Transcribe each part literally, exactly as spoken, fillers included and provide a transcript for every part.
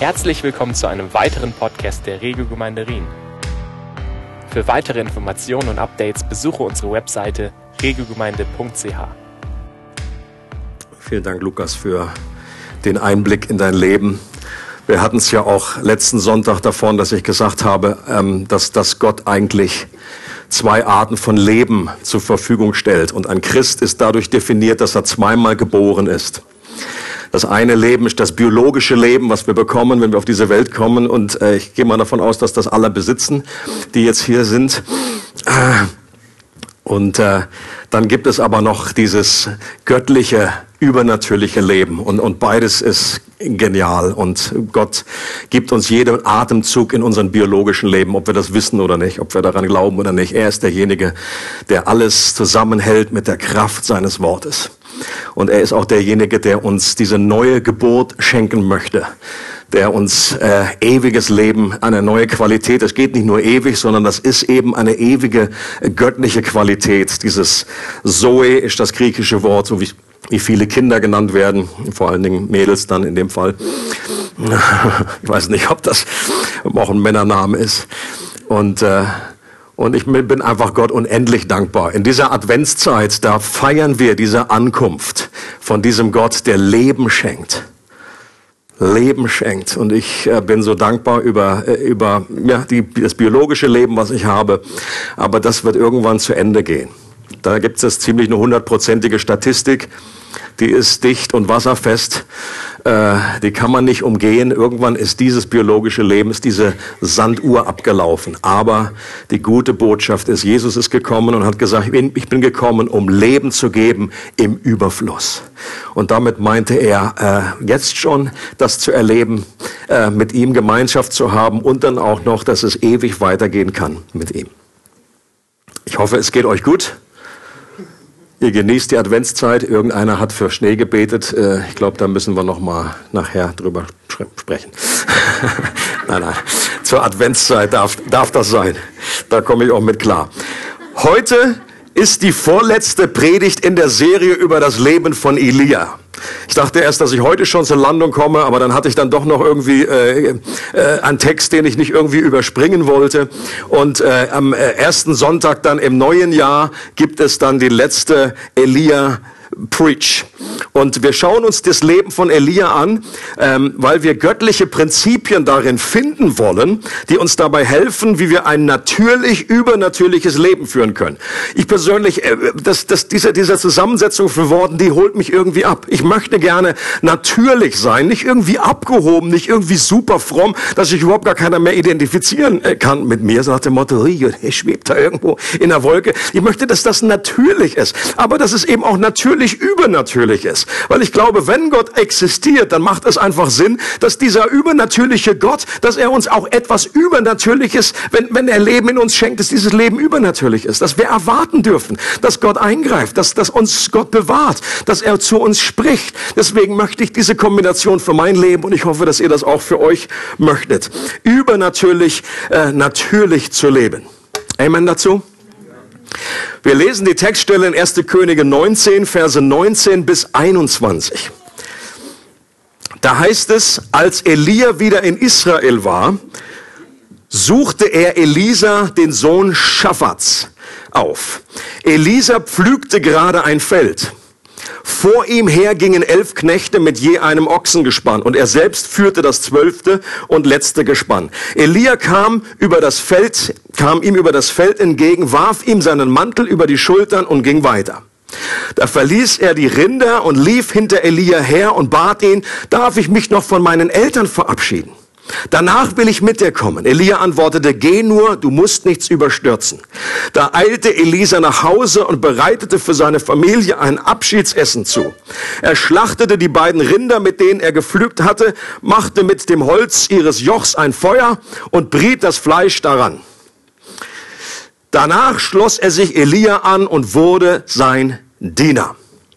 Herzlich willkommen zu einem weiteren Podcast der Regio-Gemeinde Rien. Für weitere Informationen und Updates besuche unsere Webseite regiogemeinde punkt c h. Vielen Dank, Lukas, für den Einblick in dein Leben. Wir hatten es ja auch letzten Sonntag davon, dass ich gesagt habe, dass, dass Gott eigentlich zwei Arten von Leben zur Verfügung stellt. Und ein Christ ist dadurch definiert, dass er zweimal geboren ist. Das eine Leben ist das biologische Leben, was wir bekommen, wenn wir auf diese Welt kommen. Und äh, ich gehe mal davon aus, dass das alle besitzen, die jetzt hier sind. Und äh, dann gibt es aber noch dieses göttliche, übernatürliche Leben. Und, und beides ist genial. Und Gott gibt uns jeden Atemzug in unserem biologischen Leben, ob wir das wissen oder nicht, ob wir daran glauben oder nicht. Er ist derjenige, der alles zusammenhält mit der Kraft seines Wortes. Und er ist auch derjenige, der uns diese neue Geburt schenken möchte, der uns äh, ewiges Leben, eine neue Qualität, es geht nicht nur ewig, sondern das ist eben eine ewige äh, göttliche Qualität. Dieses Zoe ist das griechische Wort, so wie, wie viele Kinder genannt werden, vor allen Dingen Mädels dann in dem Fall. Ich weiß nicht, ob das auch ein Männername ist. Und äh, Und ich bin einfach Gott unendlich dankbar. In dieser Adventszeit, da feiern wir diese Ankunft von diesem Gott, der Leben schenkt. Leben schenkt. Und ich äh, bin so dankbar über, äh, über ja, die, das biologische Leben, was ich habe. Aber das wird irgendwann zu Ende gehen. Da gibt es ziemlich eine hundertprozentige Statistik. Die ist dicht und wasserfest. Äh, die kann man nicht umgehen. Irgendwann ist dieses biologische Leben, ist diese Sanduhr abgelaufen. Aber die gute Botschaft ist, Jesus ist gekommen und hat gesagt, ich bin, ich bin gekommen, um Leben zu geben im Überfluss. Und damit meinte er, äh, jetzt schon das zu erleben, äh, mit ihm Gemeinschaft zu haben und dann auch noch, dass es ewig weitergehen kann mit ihm. Ich hoffe, es geht euch gut. Ihr genießt die Adventszeit. Irgendeiner hat für Schnee gebetet. Ich glaube, da müssen wir noch mal nachher drüber sprechen. Nein, nein. Zur Adventszeit darf, darf das sein. Da komme ich auch mit klar. Heute ist die vorletzte Predigt in der Serie über das Leben von Elia. Ich dachte erst, dass ich heute schon zur Landung komme, aber dann hatte ich dann doch noch irgendwie äh, äh, einen Text, den ich nicht irgendwie überspringen wollte. Und äh, am ersten Sonntag dann im neuen Jahr gibt es dann die letzte Elia Preach. Und wir schauen uns das Leben von Elia an, ähm, weil wir göttliche Prinzipien darin finden wollen, die uns dabei helfen, wie wir ein natürlich übernatürliches Leben führen können. Ich persönlich, äh, das, das, diese, diese Zusammensetzung von Worten, die holt mich irgendwie ab. Ich möchte gerne natürlich sein, nicht irgendwie abgehoben, nicht irgendwie super fromm, dass sich überhaupt gar keiner mehr identifizieren kann mit mir, so nach dem Motto, er schwebt da irgendwo in der Wolke. Ich möchte, dass das natürlich ist, aber dass es eben auch natürlich übernatürlich ist. Weil ich glaube, wenn Gott existiert, dann macht es einfach Sinn, dass dieser übernatürliche Gott, dass er uns auch etwas Übernatürliches, wenn, wenn er Leben in uns schenkt, dass dieses Leben übernatürlich ist. Dass wir erwarten dürfen, dass Gott eingreift, dass, dass uns Gott bewahrt, dass er zu uns spricht. Deswegen möchte ich diese Kombination für mein Leben und ich hoffe, dass ihr das auch für euch möchtet. Übernatürlich, äh, natürlich zu leben. Amen dazu? Wir lesen die Textstelle in erster Könige neunzehn, Verse neunzehn bis einundzwanzig. Da heißt es, als Elia wieder in Israel war, suchte er Elisa, den Sohn Schaffats, auf. Elisa pflügte gerade ein Feld. Vor ihm her gingen elf Knechte mit je einem Ochsengespann und er selbst führte das zwölfte und letzte Gespann. Elia kam über das Feld, kam ihm über das Feld entgegen, warf ihm seinen Mantel über die Schultern und ging weiter. Da verließ er die Rinder und lief hinter Elia her und bat ihn, darf ich mich noch von meinen Eltern verabschieden? Danach will ich mit dir kommen. Elia antwortete, geh nur, du musst nichts überstürzen. Da eilte Elisa nach Hause und bereitete für seine Familie ein Abschiedsessen zu. Er schlachtete die beiden Rinder, mit denen er gepflügt hatte, machte mit dem Holz ihres Jochs ein Feuer und briet das Fleisch daran. Danach schloss er sich Elia an und wurde sein Diener.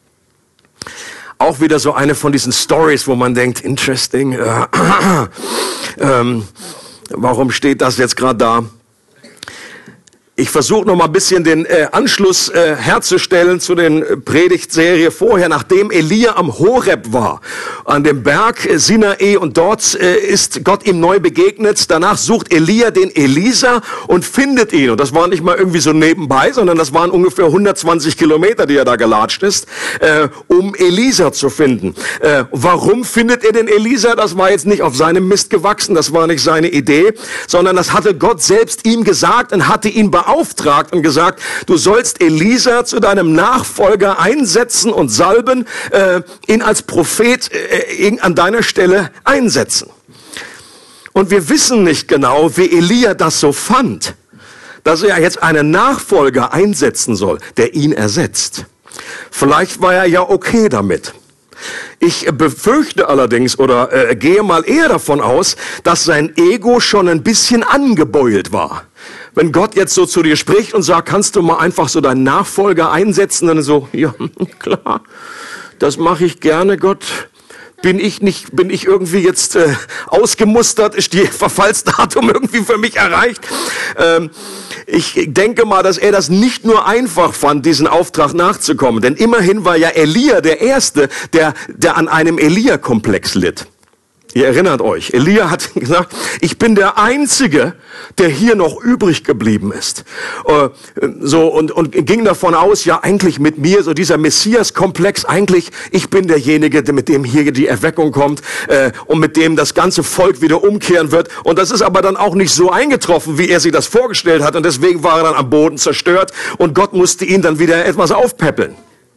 Auch wieder so eine von diesen Stories, wo man denkt, interesting, äh, ähm, warum steht das jetzt gerade da? Ich versuche noch mal ein bisschen den äh, Anschluss äh, herzustellen zu den äh, Predigtserie vorher, nachdem Elia am Horeb war, an dem Berg äh, Sinai, und dort äh, ist Gott ihm neu begegnet. Danach sucht Elia den Elisa und findet ihn. Und das war nicht mal irgendwie so nebenbei, sondern das waren ungefähr hundertzwanzig Kilometer, die er da gelatscht ist, äh, um Elisa zu finden. Äh, warum findet er den Elisa? Das war jetzt nicht auf seinem Mist gewachsen, das war nicht seine Idee, sondern das hatte Gott selbst ihm gesagt und hatte ihn beauftragt und gesagt, du sollst Elisa zu deinem Nachfolger einsetzen und salben, äh, ihn als Prophet äh, an deiner Stelle einsetzen. Und wir wissen nicht genau, wie Elia das so fand, dass er jetzt einen Nachfolger einsetzen soll, der ihn ersetzt. Vielleicht war er ja okay damit. Ich befürchte allerdings oder äh, gehe mal eher davon aus, dass sein Ego schon ein bisschen angebeult war. Wenn Gott jetzt so zu dir spricht und sagt, kannst du mal einfach so deinen Nachfolger einsetzen, dann so, ja, klar, das mache ich gerne, Gott. Bin ich nicht, bin ich irgendwie jetzt äh, ausgemustert? Ist die Verfallsdatum irgendwie für mich erreicht? Ähm, ich denke mal, dass er das nicht nur einfach fand, diesen Auftrag nachzukommen. Denn immerhin war ja Elia der Erste, der, der an einem Elia-Komplex litt. Ihr erinnert euch, Elia hat gesagt, ich bin der Einzige, der hier noch übrig geblieben ist. Äh, so und, und ging davon aus, ja eigentlich mit mir, so dieser Messias-Komplex, eigentlich ich bin derjenige, mit dem hier die Erweckung kommt äh, und mit dem das ganze Volk wieder umkehren wird. Und das ist aber dann auch nicht so eingetroffen, wie er sich das vorgestellt hat. Und deswegen war er dann am Boden zerstört und Gott musste ihn dann wieder etwas aufpäppeln.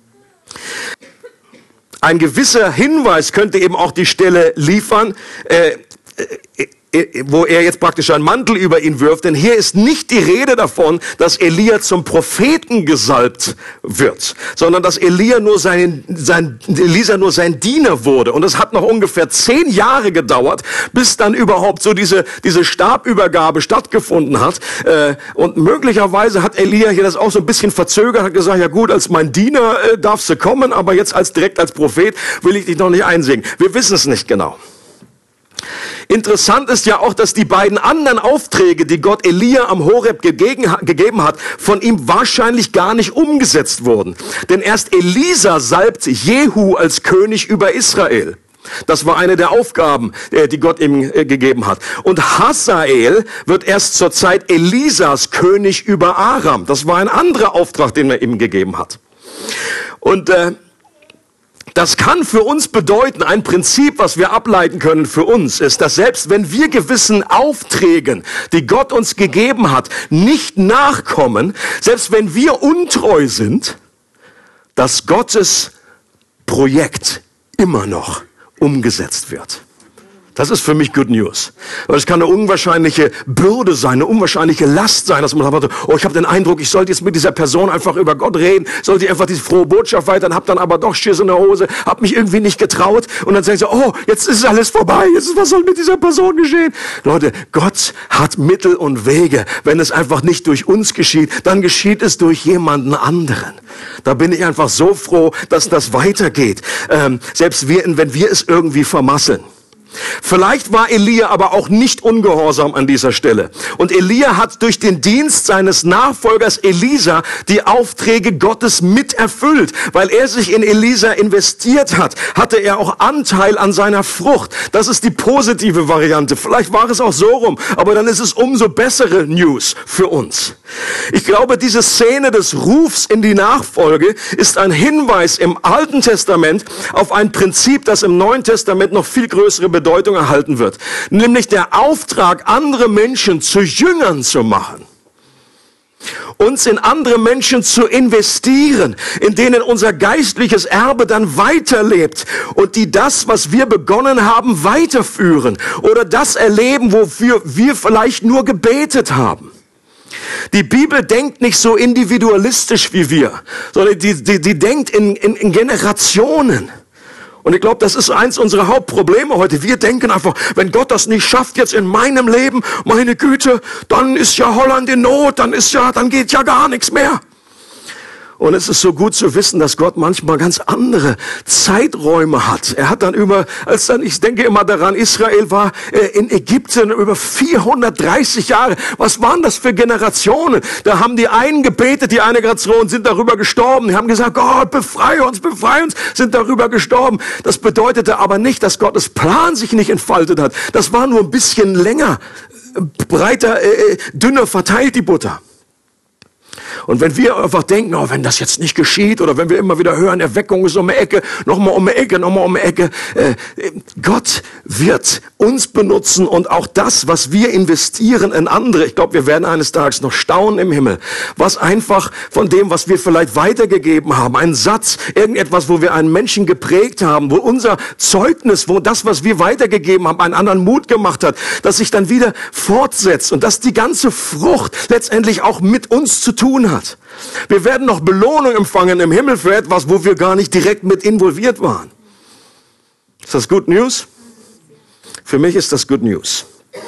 Ein gewisser Hinweis könnte eben auch die Stelle liefern, äh, äh, wo er jetzt praktisch einen Mantel über ihn wirft. Denn hier ist nicht die Rede davon, dass Elia zum Propheten gesalbt wird, sondern dass Elia nur sein, sein, Elisa nur sein Diener wurde. Und es hat noch ungefähr zehn Jahre gedauert, bis dann überhaupt so diese, diese Stabübergabe stattgefunden hat. Äh, und möglicherweise hat Elia hier das auch so ein bisschen verzögert, hat gesagt, ja gut, als mein Diener äh, darfst du kommen, aber jetzt als direkt als Prophet will ich dich noch nicht einsingen. Wir wissen es nicht genau. Interessant ist ja auch, dass die beiden anderen Aufträge, die Gott Elia am Horeb gegeben hat, von ihm wahrscheinlich gar nicht umgesetzt wurden. Denn erst Elisa salbt Jehu als König über Israel. Das war eine der Aufgaben, die Gott ihm gegeben hat. Und Hazael wird erst zur Zeit Elisas König über Aram. Das war ein anderer Auftrag, den er ihm gegeben hat. Und äh, das kann für uns bedeuten, ein Prinzip, was wir ableiten können für uns, ist, dass selbst wenn wir gewissen Aufträgen, die Gott uns gegeben hat, nicht nachkommen, selbst wenn wir untreu sind, dass Gottes Projekt immer noch umgesetzt wird. Das ist für mich Good News. Weil es kann eine unwahrscheinliche Bürde sein, eine unwahrscheinliche Last sein, dass man sagt, oh, ich habe den Eindruck, ich sollte jetzt mit dieser Person einfach über Gott reden, sollte einfach diese frohe Botschaft weitern, habe dann aber doch Schiss in der Hose, habe mich irgendwie nicht getraut und dann sagen sie, oh, jetzt ist alles vorbei, jetzt was soll mit dieser Person geschehen? Leute, Gott hat Mittel und Wege. Wenn es einfach nicht durch uns geschieht, dann geschieht es durch jemanden anderen. Da bin ich einfach so froh, dass das weitergeht. Ähm, selbst wir, wenn wir es irgendwie vermasseln. Vielleicht war Elia aber auch nicht ungehorsam an dieser Stelle. Und Elia hat durch den Dienst seines Nachfolgers Elisa die Aufträge Gottes miterfüllt. Weil er sich in Elisa investiert hat, hatte er auch Anteil an seiner Frucht. Das ist die positive Variante. Vielleicht war es auch so rum, aber dann ist es umso bessere News für uns. Ich glaube, diese Szene des Rufs in die Nachfolge ist ein Hinweis im Alten Testament auf ein Prinzip, das im Neuen Testament noch viel größere Bedeutung erhalten wird. Nämlich der Auftrag, andere Menschen zu Jüngern zu machen. Uns in andere Menschen zu investieren, in denen unser geistliches Erbe dann weiterlebt und die das, was wir begonnen haben, weiterführen oder das erleben, wofür wir vielleicht nur gebetet haben. Die Bibel denkt nicht so individualistisch wie wir, sondern die, die, die denkt in, in, in Generationen. Und ich glaube, das ist eins unserer Hauptprobleme heute. Wir denken einfach, wenn Gott das nicht schafft jetzt in meinem Leben, meine Güte, dann ist ja Holland in Not, dann ist ja, dann geht ja gar nichts mehr. Und es ist so gut zu wissen, dass Gott manchmal ganz andere Zeiträume hat. Er hat dann über, als dann, ich denke immer daran, Israel war äh, in Ägypten über vierhundertdreißig Jahre. Was waren das für Generationen? Da haben die einen gebetet, die eine Generation sind darüber gestorben. Die haben gesagt, Gott, befreie uns, befreie uns, sind darüber gestorben. Das bedeutete aber nicht, dass Gottes Plan sich nicht entfaltet hat. Das war nur ein bisschen länger, breiter, äh, dünner verteilt, die Butter. Und wenn wir einfach denken, oh, wenn das jetzt nicht geschieht, oder wenn wir immer wieder hören, Erweckung ist um die Ecke, nochmal um die Ecke, nochmal um die Ecke, äh, Gott wird uns benutzen und auch das, was wir investieren in andere, ich glaube, wir werden eines Tages noch staunen im Himmel, was einfach von dem, was wir vielleicht weitergegeben haben, ein Satz, irgendetwas, wo wir einen Menschen geprägt haben, wo unser Zeugnis, wo das, was wir weitergegeben haben, einen anderen Mut gemacht hat, dass sich dann wieder fortsetzt und dass die ganze Frucht letztendlich auch mit uns zu tun hat. Wir werden noch Belohnung empfangen im Himmel für etwas, wo wir gar nicht direkt mit involviert waren. Ist das Good News? Für mich ist das Good News.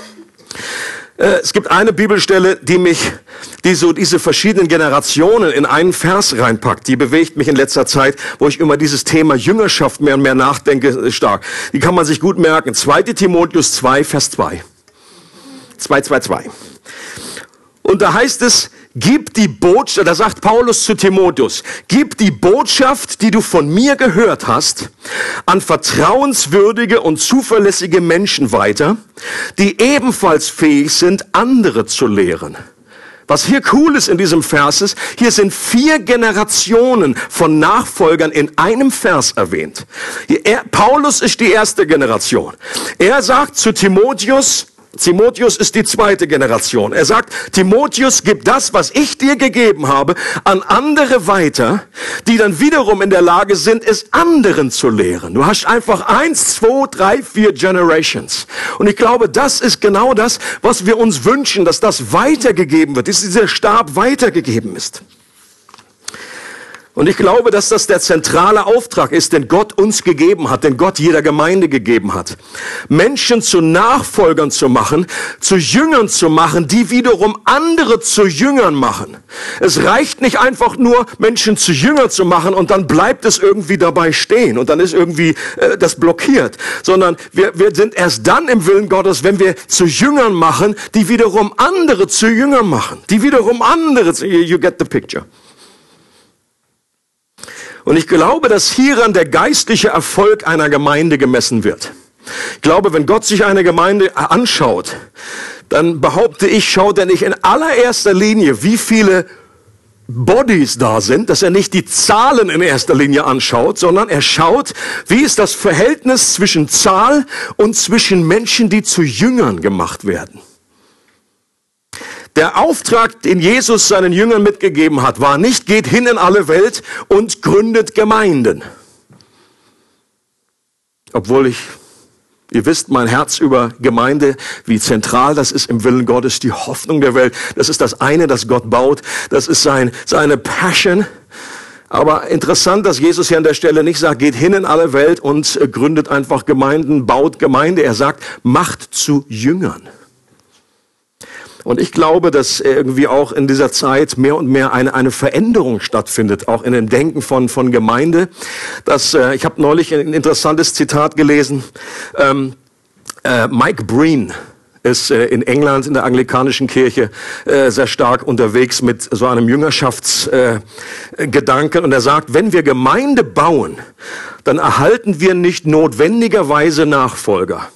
Äh, es gibt eine Bibelstelle, die mich, die so diese verschiedenen Generationen in einen Vers reinpackt. Die bewegt mich in letzter Zeit, wo ich über dieses Thema Jüngerschaft mehr und mehr nachdenke, stark. Die kann man sich gut merken. zweiter Timotheus zwei, Vers zwei. zwei, zwei, zwei. Und da heißt es, gib die Botschaft, da sagt Paulus zu Timotheus, gib die Botschaft, die du von mir gehört hast, an vertrauenswürdige und zuverlässige Menschen weiter, die ebenfalls fähig sind, andere zu lehren. Was hier cool ist in diesem Vers ist, hier sind vier Generationen von Nachfolgern in einem Vers erwähnt. Er, Paulus ist die erste Generation. Er sagt zu Timotheus, Timotheus ist die zweite Generation. Er sagt, Timotheus, gib das, was ich dir gegeben habe, an andere weiter, die dann wiederum in der Lage sind, es anderen zu lehren. Du hast einfach eins, zwei, drei, vier Generations. Und ich glaube, das ist genau das, was wir uns wünschen, dass das weitergegeben wird, dass dieser Stab weitergegeben ist. Und ich glaube, dass das der zentrale Auftrag ist, den Gott uns gegeben hat, den Gott jeder Gemeinde gegeben hat. Menschen zu Nachfolgern zu machen, zu Jüngern zu machen, die wiederum andere zu Jüngern machen. Es reicht nicht einfach nur, Menschen zu Jüngern zu machen und dann bleibt es irgendwie dabei stehen und dann ist irgendwie äh, das blockiert. Sondern wir, wir sind erst dann im Willen Gottes, wenn wir zu Jüngern machen, die wiederum andere zu Jüngern machen. Die wiederum andere zu, you get the picture. Und ich glaube, dass hieran der geistliche Erfolg einer Gemeinde gemessen wird. Ich glaube, wenn Gott sich eine Gemeinde anschaut, dann behaupte ich, schaut er nicht in allererster Linie, wie viele Bodies da sind, dass er nicht die Zahlen in erster Linie anschaut, sondern er schaut, wie ist das Verhältnis zwischen Zahl und zwischen Menschen, die zu Jüngern gemacht werden. Der Auftrag, den Jesus seinen Jüngern mitgegeben hat, war nicht, geht hin in alle Welt und gründet Gemeinden. Obwohl ich, ihr wisst, mein Herz über Gemeinde, wie zentral das ist im Willen Gottes, die Hoffnung der Welt. Das ist das eine, das Gott baut. Das ist sein, seine Passion. Aber interessant, dass Jesus hier an der Stelle nicht sagt, geht hin in alle Welt und gründet einfach Gemeinden, baut Gemeinde. Er sagt, macht zu Jüngern. Und ich glaube, dass irgendwie auch in dieser Zeit mehr und mehr eine, eine Veränderung stattfindet, auch in dem Denken von, von Gemeinde. Dass, äh, ich habe neulich ein interessantes Zitat gelesen. Ähm, äh, Mike Breen ist äh, in England in der anglikanischen Kirche äh, sehr stark unterwegs mit so einem Jüngerschaftsgedanken. Äh, und er sagt, wenn wir Gemeinde bauen, dann erhalten wir nicht notwendigerweise Nachfolger.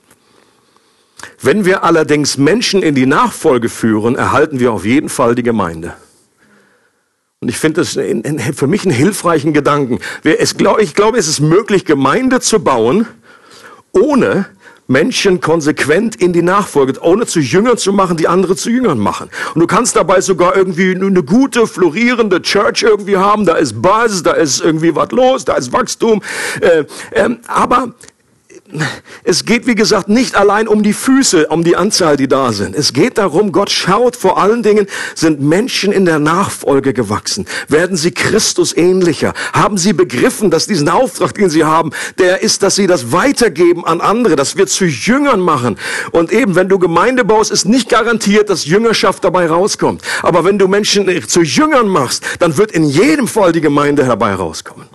Wenn wir allerdings Menschen in die Nachfolge führen, erhalten wir auf jeden Fall die Gemeinde. Und ich finde das für mich einen hilfreichen Gedanken. Ich glaube, es ist möglich, Gemeinde zu bauen, ohne Menschen konsequent in die Nachfolge, ohne zu Jüngern zu machen, die andere zu Jüngern machen. Und du kannst dabei sogar irgendwie eine gute, florierende Church irgendwie haben. Da ist Buzz, da ist irgendwie was los, da ist Wachstum. Äh, ähm, aber es geht, wie gesagt, nicht allein um die Füße, um die Anzahl, die da sind. Es geht darum, Gott schaut vor allen Dingen, sind Menschen in der Nachfolge gewachsen? Werden sie Christus ähnlicher? Haben sie begriffen, dass diesen Auftrag, den sie haben, der ist, dass sie das weitergeben an andere, dass wir zu Jüngern machen. Und eben, wenn du Gemeinde baust, ist nicht garantiert, dass Jüngerschaft dabei rauskommt. Aber wenn du Menschen zu Jüngern machst, dann wird in jedem Fall die Gemeinde dabei rauskommen.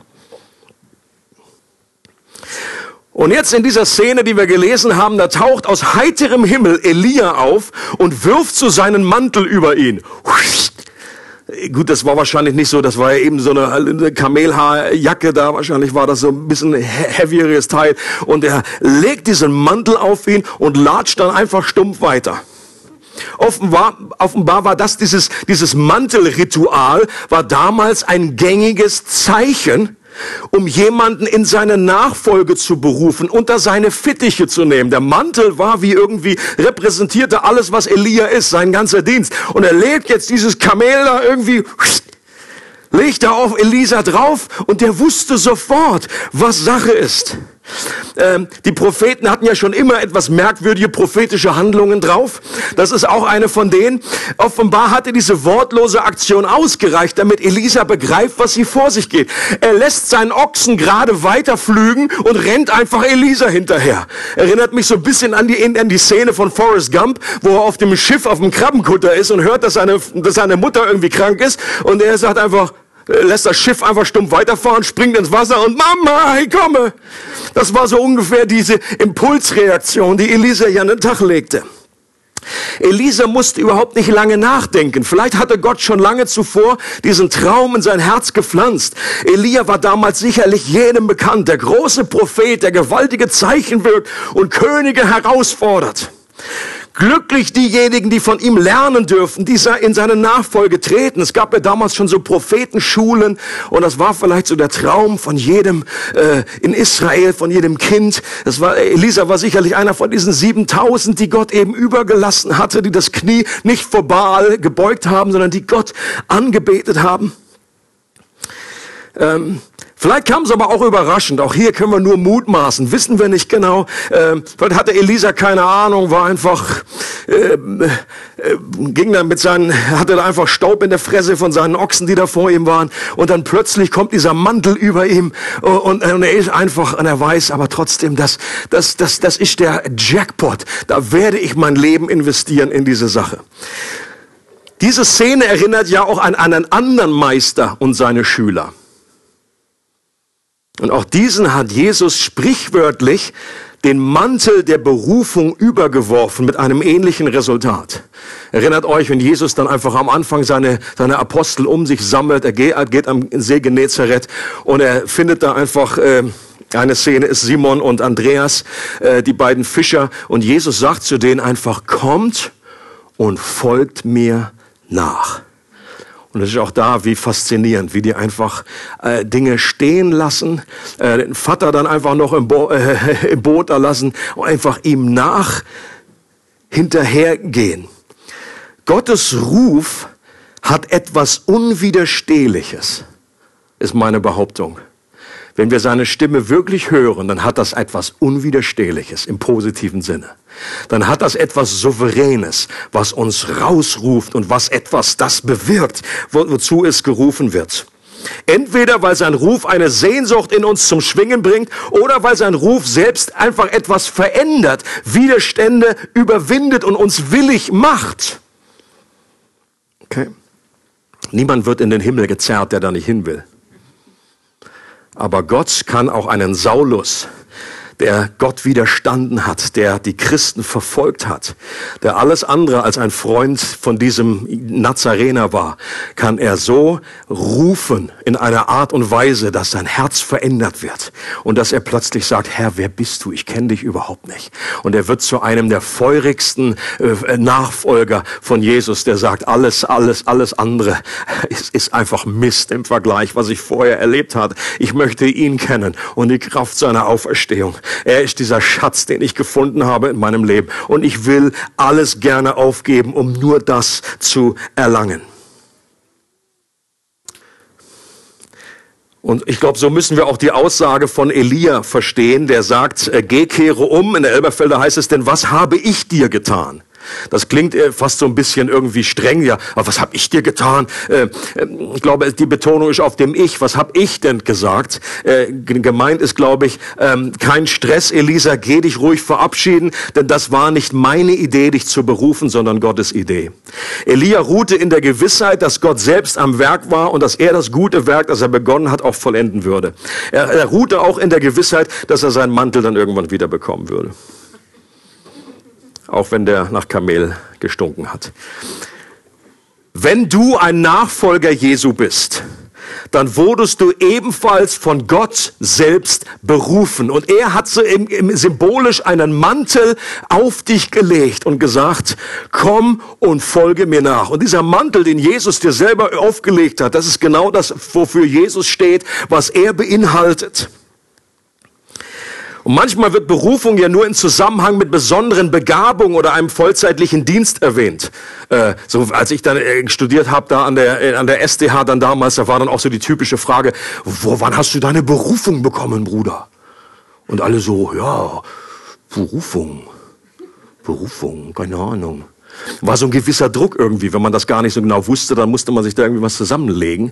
Und jetzt in dieser Szene, die wir gelesen haben, da taucht aus heiterem Himmel Elia auf und wirft so seinen Mantel über ihn. Gut, das war wahrscheinlich nicht so, das war ja eben so eine Kamelhaarjacke da, wahrscheinlich war das so ein bisschen heavieres Teil. Und er legt diesen Mantel auf ihn und latscht dann einfach stumpf weiter. Offenbar, offenbar war das, dieses, dieses Mantelritual, war damals ein gängiges Zeichen, um jemanden in seine Nachfolge zu berufen, unter seine Fittiche zu nehmen. Der Mantel war wie irgendwie, repräsentierte alles, was Elia ist, sein ganzer Dienst. Und er legt jetzt dieses Kamel da irgendwie, legt er auf Elisa drauf und der wusste sofort, was Sache ist. Ähm, die Propheten hatten ja schon immer etwas merkwürdige prophetische Handlungen drauf. Das ist auch eine von denen. Offenbar hatte diese wortlose Aktion ausgereicht, damit Elisa begreift, was hier vor sich geht. Er lässt seinen Ochsen gerade weiterflügen und rennt einfach Elisa hinterher. Erinnert mich so ein bisschen an die, an die Szene von Forrest Gump, wo er auf dem Schiff auf dem Krabbenkutter ist und hört, dass seine, dass seine Mutter irgendwie krank ist. Und er sagt einfach, lässt das Schiff einfach stumpf weiterfahren, springt ins Wasser und Mama, ich komme. Das war so ungefähr diese Impulsreaktion, die Elisa ja an den Tag legte. Elisa musste überhaupt nicht lange nachdenken. Vielleicht hatte Gott schon lange zuvor diesen Traum in sein Herz gepflanzt. Elia war damals sicherlich jedem bekannt, der große Prophet, der gewaltige Zeichen wirkt und Könige herausfordert. Glücklich diejenigen, die von ihm lernen dürfen, die in seine Nachfolge treten. Es gab ja damals schon so Prophetenschulen und das war vielleicht so der Traum von jedem äh, in Israel, von jedem Kind. Das war, Elisa war sicherlich einer von diesen siebentausend, die Gott eben übergelassen hatte, die das Knie nicht vor Baal gebeugt haben, sondern die Gott angebetet haben. Ähm, Vielleicht kam es aber auch überraschend. Auch hier können wir nur mutmaßen. Wissen wir nicht genau. Ähm, vielleicht hatte Elisa keine Ahnung, war einfach, äh, äh, ging dann mit seinen, hatte da einfach Staub in der Fresse von seinen Ochsen, die da vor ihm waren. Und dann plötzlich kommt dieser Mantel über ihm und, und er ist einfach, und er weiß aber trotzdem, das, das, das, das ist der Jackpot. Da werde ich mein Leben investieren in diese Sache. Diese Szene erinnert ja auch an einen anderen Meister und seine Schüler. Und auch diesen hat Jesus sprichwörtlich den Mantel der Berufung übergeworfen mit einem ähnlichen Resultat. Erinnert euch, wenn Jesus dann einfach am Anfang seine, seine Apostel um sich sammelt, er geht, er geht am See Genezareth und er findet da einfach, äh, eine Szene ist Simon und Andreas, äh, die beiden Fischer, und Jesus sagt zu denen einfach, kommt und folgt mir nach. Und es ist auch da, wie faszinierend, wie die einfach äh, Dinge stehen lassen, äh, den Vater dann einfach noch im, Bo äh, im Boot da lassen und einfach ihm nach hinterhergehen. Gottes Ruf hat etwas Unwiderstehliches, ist meine Behauptung. Wenn wir seine Stimme wirklich hören, dann hat das etwas Unwiderstehliches im positiven Sinne. Dann hat das etwas Souveränes, was uns rausruft und was etwas das bewirkt, wo, wozu es gerufen wird. Entweder weil sein Ruf eine Sehnsucht in uns zum Schwingen bringt oder weil sein Ruf selbst einfach etwas verändert, Widerstände überwindet und uns willig macht. Okay? Niemand wird in den Himmel gezerrt, der da nicht hin will. Aber Gott kann auch einen Saulus, der Gott widerstanden hat, der die Christen verfolgt hat, der alles andere als ein Freund von diesem Nazarener war, kann er so rufen in einer Art und Weise, dass sein Herz verändert wird und dass er plötzlich sagt, Herr, wer bist du? Ich kenne dich überhaupt nicht. Und er wird zu einem der feurigsten äh, Nachfolger von Jesus, der sagt, alles, alles, alles andere ist, ist einfach Mist im Vergleich, was ich vorher erlebt habe. Ich möchte ihn kennen und die Kraft seiner Auferstehung. Er ist dieser Schatz, den ich gefunden habe in meinem Leben. Und ich will alles gerne aufgeben, um nur das zu erlangen. Und ich glaube, so müssen wir auch die Aussage von Elia verstehen, der sagt, äh, geh, kehre um. In der Elberfelder heißt es, denn was habe ich dir getan? Das klingt äh, fast so ein bisschen irgendwie streng, ja, aber was habe ich dir getan? Äh, äh, ich glaube, die Betonung ist auf dem Ich. Was habe ich denn gesagt? Äh, gemeint ist, glaube ich, ähm, kein Stress, Elisa, geh dich ruhig verabschieden, denn das war nicht meine Idee, dich zu berufen, sondern Gottes Idee. Elia ruhte in der Gewissheit, dass Gott selbst am Werk war und dass er das gute Werk, das er begonnen hat, auch vollenden würde. Er, er ruhte auch in der Gewissheit, dass er seinen Mantel dann irgendwann wieder bekommen würde. Auch wenn der nach Kamel gestunken hat. Wenn du ein Nachfolger Jesu bist, dann wurdest du ebenfalls von Gott selbst berufen. Und er hat so im, im symbolisch einen Mantel auf dich gelegt und gesagt, komm und folge mir nach. Und dieser Mantel, den Jesus dir selber aufgelegt hat, das ist genau das, wofür Jesus steht, was er beinhaltet. Und manchmal wird Berufung ja nur in Zusammenhang mit besonderen Begabungen oder einem vollzeitlichen Dienst erwähnt. Äh, so als ich dann äh, studiert habe da an der äh, an der S D H dann damals, da war dann auch so die typische Frage: Wo, wann hast du deine Berufung bekommen, Bruder? Und alle so: Ja, Berufung, Berufung, keine Ahnung. War so ein gewisser Druck irgendwie, wenn man das gar nicht so genau wusste, dann musste man sich da irgendwie was zusammenlegen.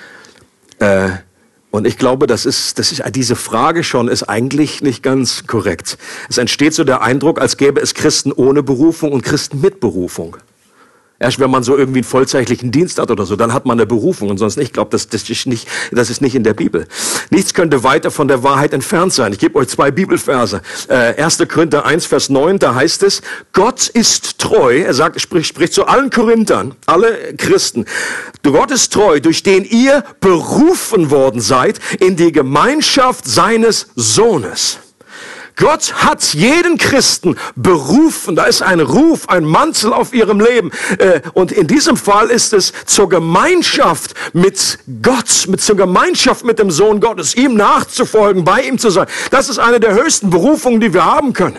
Äh, Und ich glaube, das ist, das ist, diese Frage schon ist eigentlich nicht ganz korrekt. Es entsteht so der Eindruck, als gäbe es Christen ohne Berufung und Christen mit Berufung. Erst wenn man so irgendwie einen vollzeitlichen Dienst hat oder so, dann hat man eine Berufung und sonst nicht. Ich glaube, das, das ist nicht, das ist nicht in der Bibel. Nichts könnte weiter von der Wahrheit entfernt sein. Ich gebe euch zwei Bibelverse. Äh, erster Korinther eins, Vers neun, da heißt es, Gott ist treu. Er sagt, spricht, spricht zu allen Korinthern, alle Christen. Gott ist treu, durch den ihr berufen worden seid in die Gemeinschaft seines Sohnes. Gott hat jeden Christen berufen. Da ist ein Ruf, ein Mantel auf ihrem Leben. Und in diesem Fall ist es zur Gemeinschaft mit Gott, mit zur Gemeinschaft mit dem Sohn Gottes, ihm nachzufolgen, bei ihm zu sein. Das ist eine der höchsten Berufungen, die wir haben können.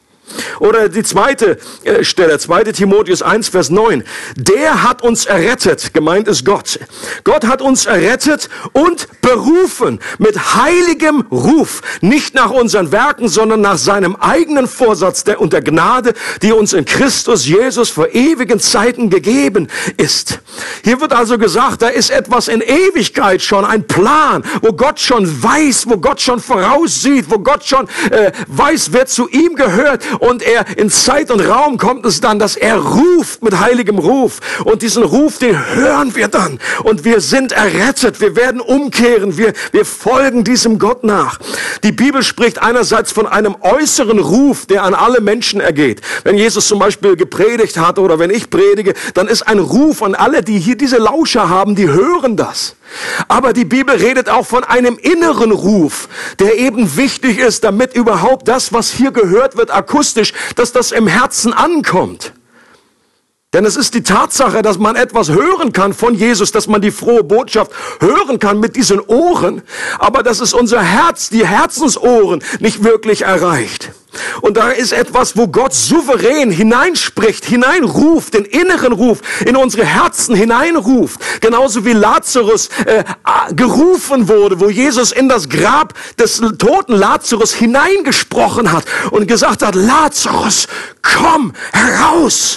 Oder die zweite Stelle, zweiter Timotheus eins, Vers neun. Der hat uns errettet, gemeint ist Gott. Gott hat uns errettet und berufen mit heiligem Ruf. Nicht nach unseren Werken, sondern nach seinem eigenen Vorsatz der, und der Gnade, die uns in Christus Jesus vor ewigen Zeiten gegeben ist. Hier wird also gesagt, da ist etwas in Ewigkeit schon, ein Plan, wo Gott schon weiß, wo Gott schon voraussieht, wo Gott schon äh, weiß, wer zu ihm gehört. Und er in Zeit und Raum kommt es dann, dass er ruft mit heiligem Ruf. Und diesen Ruf, den hören wir dann. Und wir sind errettet. Wir werden umkehren. Wir, wir folgen diesem Gott nach. Die Bibel spricht einerseits von einem äußeren Ruf, der an alle Menschen ergeht. Wenn Jesus zum Beispiel gepredigt hat oder wenn ich predige, dann ist ein Ruf an alle, die hier diese Lauscher haben, die hören das. Aber die Bibel redet auch von einem inneren Ruf, der eben wichtig ist, damit überhaupt das, was hier gehört wird, akustisch, dass das im Herzen ankommt. Denn es ist die Tatsache, dass man etwas hören kann von Jesus, dass man die frohe Botschaft hören kann mit diesen Ohren, aber dass es unser Herz, die Herzensohren nicht wirklich erreicht. Und da ist etwas, wo Gott souverän hineinspricht, hineinruft, den inneren Ruf in unsere Herzen hineinruft. Genauso wie Lazarus äh, gerufen wurde, wo Jesus in das Grab des toten Lazarus hineingesprochen hat und gesagt hat, Lazarus, komm heraus.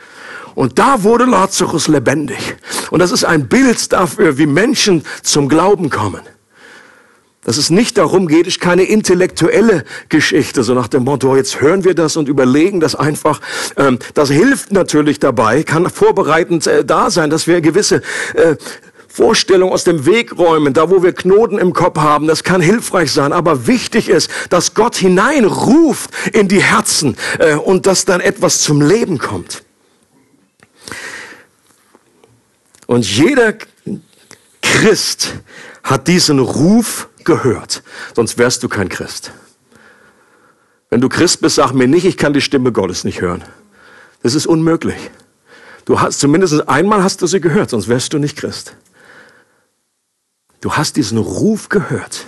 Und da wurde Lazarus lebendig. Und das ist ein Bild dafür, wie Menschen zum Glauben kommen. Dass es nicht darum geht, ist keine intellektuelle Geschichte, so nach dem Motto, jetzt hören wir das und überlegen das einfach. Das hilft natürlich dabei, kann vorbereitend da sein, dass wir gewisse Vorstellungen aus dem Weg räumen, da wo wir Knoten im Kopf haben, das kann hilfreich sein. Aber wichtig ist, dass Gott hineinruft in die Herzen und dass dann etwas zum Leben kommt. Und jeder Christ hat diesen Ruf gehört, sonst wärst du kein Christ. Wenn du Christ bist, sag mir nicht, ich kann die Stimme Gottes nicht hören. Das ist unmöglich. Du hast zumindest einmal hast du sie gehört, sonst wärst du nicht Christ. Du hast diesen Ruf gehört.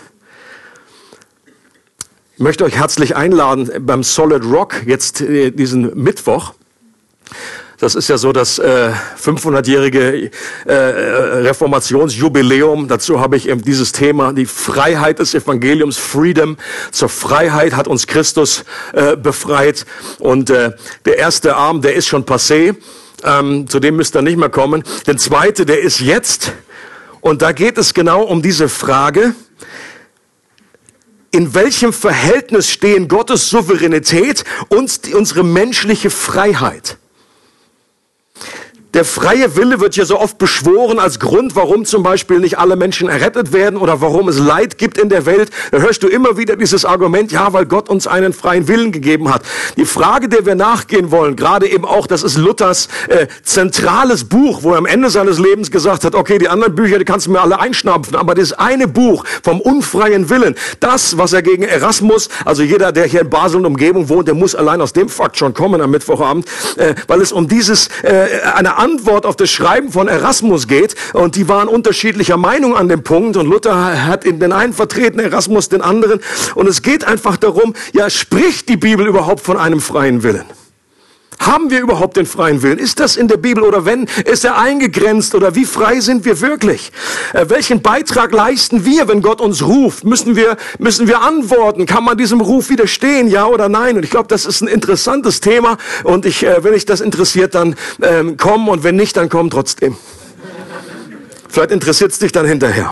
Ich möchte euch herzlich einladen beim Solid Rock jetzt diesen Mittwoch. Das ist ja so das äh, fünfhundertjährige äh, Reformationsjubiläum. Dazu habe ich eben dieses Thema, die Freiheit des Evangeliums, Freedom. Zur Freiheit hat uns Christus äh, befreit. Und äh, der erste Arm, der ist schon passé. Ähm, zu dem müsst ihr nicht mehr kommen. Der zweite, der ist jetzt. Und da geht es genau um diese Frage: In welchem Verhältnis stehen Gottes Souveränität und die, unsere menschliche Freiheit? Der freie Wille wird ja so oft beschworen als Grund, warum zum Beispiel nicht alle Menschen errettet werden oder warum es Leid gibt in der Welt. Da hörst du immer wieder dieses Argument, ja, weil Gott uns einen freien Willen gegeben hat. Die Frage, der wir nachgehen wollen, gerade eben auch, das ist Luthers äh, zentrales Buch, wo er am Ende seines Lebens gesagt hat, okay, die anderen Bücher, die kannst du mir alle einschnampfen, aber das eine Buch vom unfreien Willen, das, was er gegen Erasmus, also jeder, der hier in Basel und Umgebung wohnt, der muss allein aus dem Fakt schon kommen am Mittwochabend, äh, weil es um dieses, äh, eine Antwort auf das Schreiben von Erasmus geht, und die waren unterschiedlicher Meinung an dem Punkt, und Luther hat in den einen vertreten, Erasmus den anderen, und es geht einfach darum, ja, spricht die Bibel überhaupt von einem freien Willen? Haben wir überhaupt den freien Willen? Ist das in der Bibel, oder wenn, ist er eingegrenzt, oder wie frei sind wir wirklich? Äh, welchen Beitrag leisten wir, wenn Gott uns ruft? Müssen wir, müssen wir antworten? Kann man diesem Ruf widerstehen, ja oder nein? Und ich glaube, das ist ein interessantes Thema, und ich, äh, wenn dich das interessiert, dann ähm, komm, und wenn nicht, dann komm trotzdem. Vielleicht interessiert es dich dann hinterher.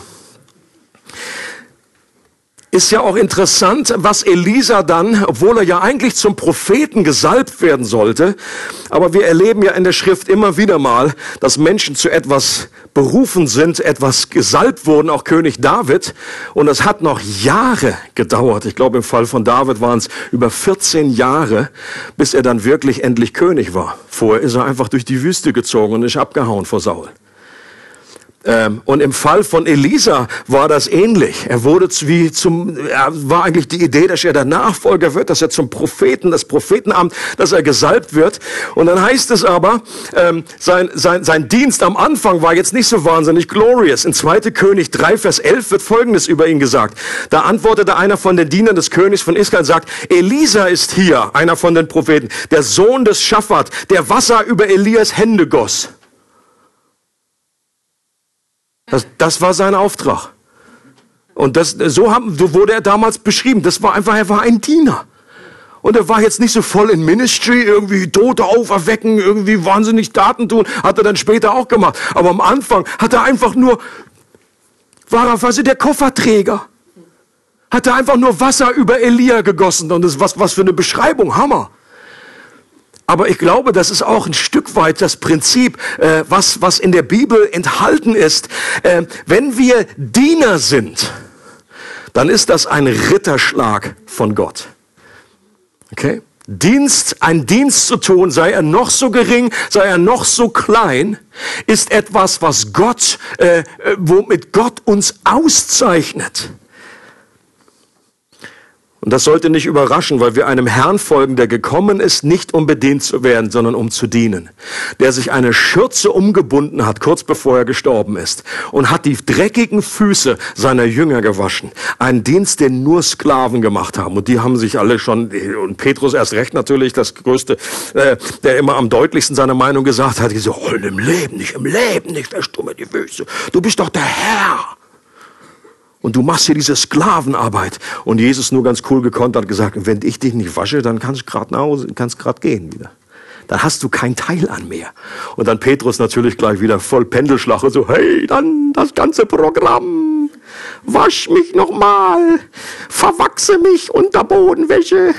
Ist ja auch interessant, was Elisa dann, obwohl er ja eigentlich zum Propheten gesalbt werden sollte, aber wir erleben ja in der Schrift immer wieder mal, dass Menschen zu etwas berufen sind, etwas gesalbt wurden, auch König David, und das hat noch Jahre gedauert. Ich glaube, im Fall von David waren es über vierzehn Jahre, bis er dann wirklich endlich König war. Vorher ist er einfach durch die Wüste gezogen und ist abgehauen vor Saul. Und im Fall von Elisa war das ähnlich. Er wurde wie zum, er war eigentlich die Idee, dass er der Nachfolger wird, dass er zum Propheten, das Prophetenamt, dass er gesalbt wird. Und dann heißt es aber, ähm, sein, sein, sein Dienst am Anfang war jetzt nicht so wahnsinnig glorious. In zweiter König drei, Vers elf wird Folgendes über ihn gesagt. Da antwortete einer von den Dienern des Königs von Israel und sagt, Elisa ist hier, einer von den Propheten, der Sohn des Schaphat, der Wasser über Elias Hände goss. Das, das war sein Auftrag. Und das, so, haben, so wurde er damals beschrieben. Das war einfach, er war ein Diener. Und er war jetzt nicht so voll in Ministry, irgendwie Tote auferwecken, irgendwie wahnsinnig Taten tun. Hat er dann später auch gemacht. Aber am Anfang hat er einfach nur, war er quasi der Kofferträger. Hat er einfach nur Wasser über Elia gegossen. Und das ist was, was für eine Beschreibung, Hammer. Aber ich glaube, das ist auch ein Stück weit das Prinzip, äh, was, was in der Bibel enthalten ist. Äh, wenn wir Diener sind, dann ist das ein Ritterschlag von Gott. Okay? Dienst, ein Dienst zu tun, sei er noch so gering, sei er noch so klein, ist etwas, was Gott, äh, womit Gott uns auszeichnet. Und das sollte nicht überraschen, weil wir einem Herrn folgen, der gekommen ist, nicht um bedient zu werden, sondern um zu dienen. Der sich eine Schürze umgebunden hat, kurz bevor er gestorben ist, und hat die dreckigen Füße seiner Jünger gewaschen. Ein Dienst, den nur Sklaven gemacht haben. Und die haben sich alle schon, und Petrus erst recht natürlich, das Größte, äh, der immer am deutlichsten seine Meinung gesagt hat, die so, oh, im Leben nicht, im Leben nicht, wäschst du mir die Füße. Du bist doch der Herr. Und du machst hier diese Sklavenarbeit. Und Jesus nur ganz cool gekonnt hat gesagt, wenn ich dich nicht wasche, dann kannst du gerade nach Hause, kannst gerade gehen wieder. Dann hast du kein Teil an mir. Und dann Petrus natürlich gleich wieder voll Pendelschlag und so, hey, dann das ganze Programm. Wasch mich nochmal. Verwachse mich unter Bodenwäsche.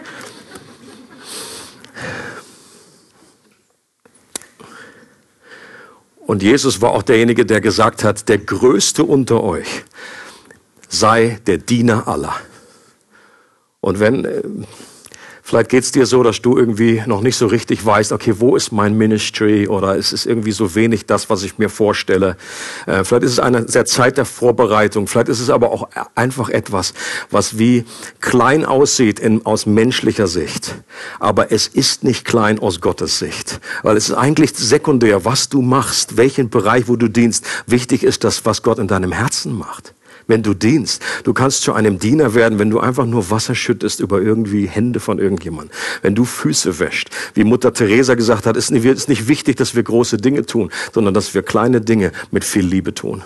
Und Jesus war auch derjenige, der gesagt hat, der Größte unter euch sei der Diener aller. Und wenn, äh, vielleicht geht's dir so, dass du irgendwie noch nicht so richtig weißt, okay, wo ist mein Ministry, oder es ist irgendwie so wenig das, was ich mir vorstelle. Äh, vielleicht ist es eine sehr Zeit der Vorbereitung, vielleicht ist es aber auch einfach etwas, was wie klein aussieht in, aus menschlicher Sicht. Aber es ist nicht klein aus Gottes Sicht, weil es ist eigentlich sekundär, was du machst, welchen Bereich, wo du dienst. Wichtig ist das, was Gott in deinem Herzen macht. wenn du dienst. Du kannst zu einem Diener werden, wenn du einfach nur Wasser schüttest über irgendwie Hände von irgendjemandem. Wenn du Füße wäscht. Wie Mutter Teresa gesagt hat, ist nicht, ist nicht wichtig, dass wir große Dinge tun, sondern dass wir kleine Dinge mit viel Liebe tun.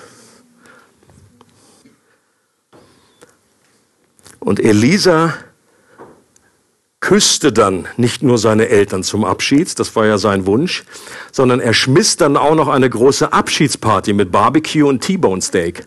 Und Elisa küsste dann nicht nur seine Eltern zum Abschied, das war ja sein Wunsch, sondern er schmiss dann auch noch eine große Abschiedsparty mit Barbecue und T-Bone Steak.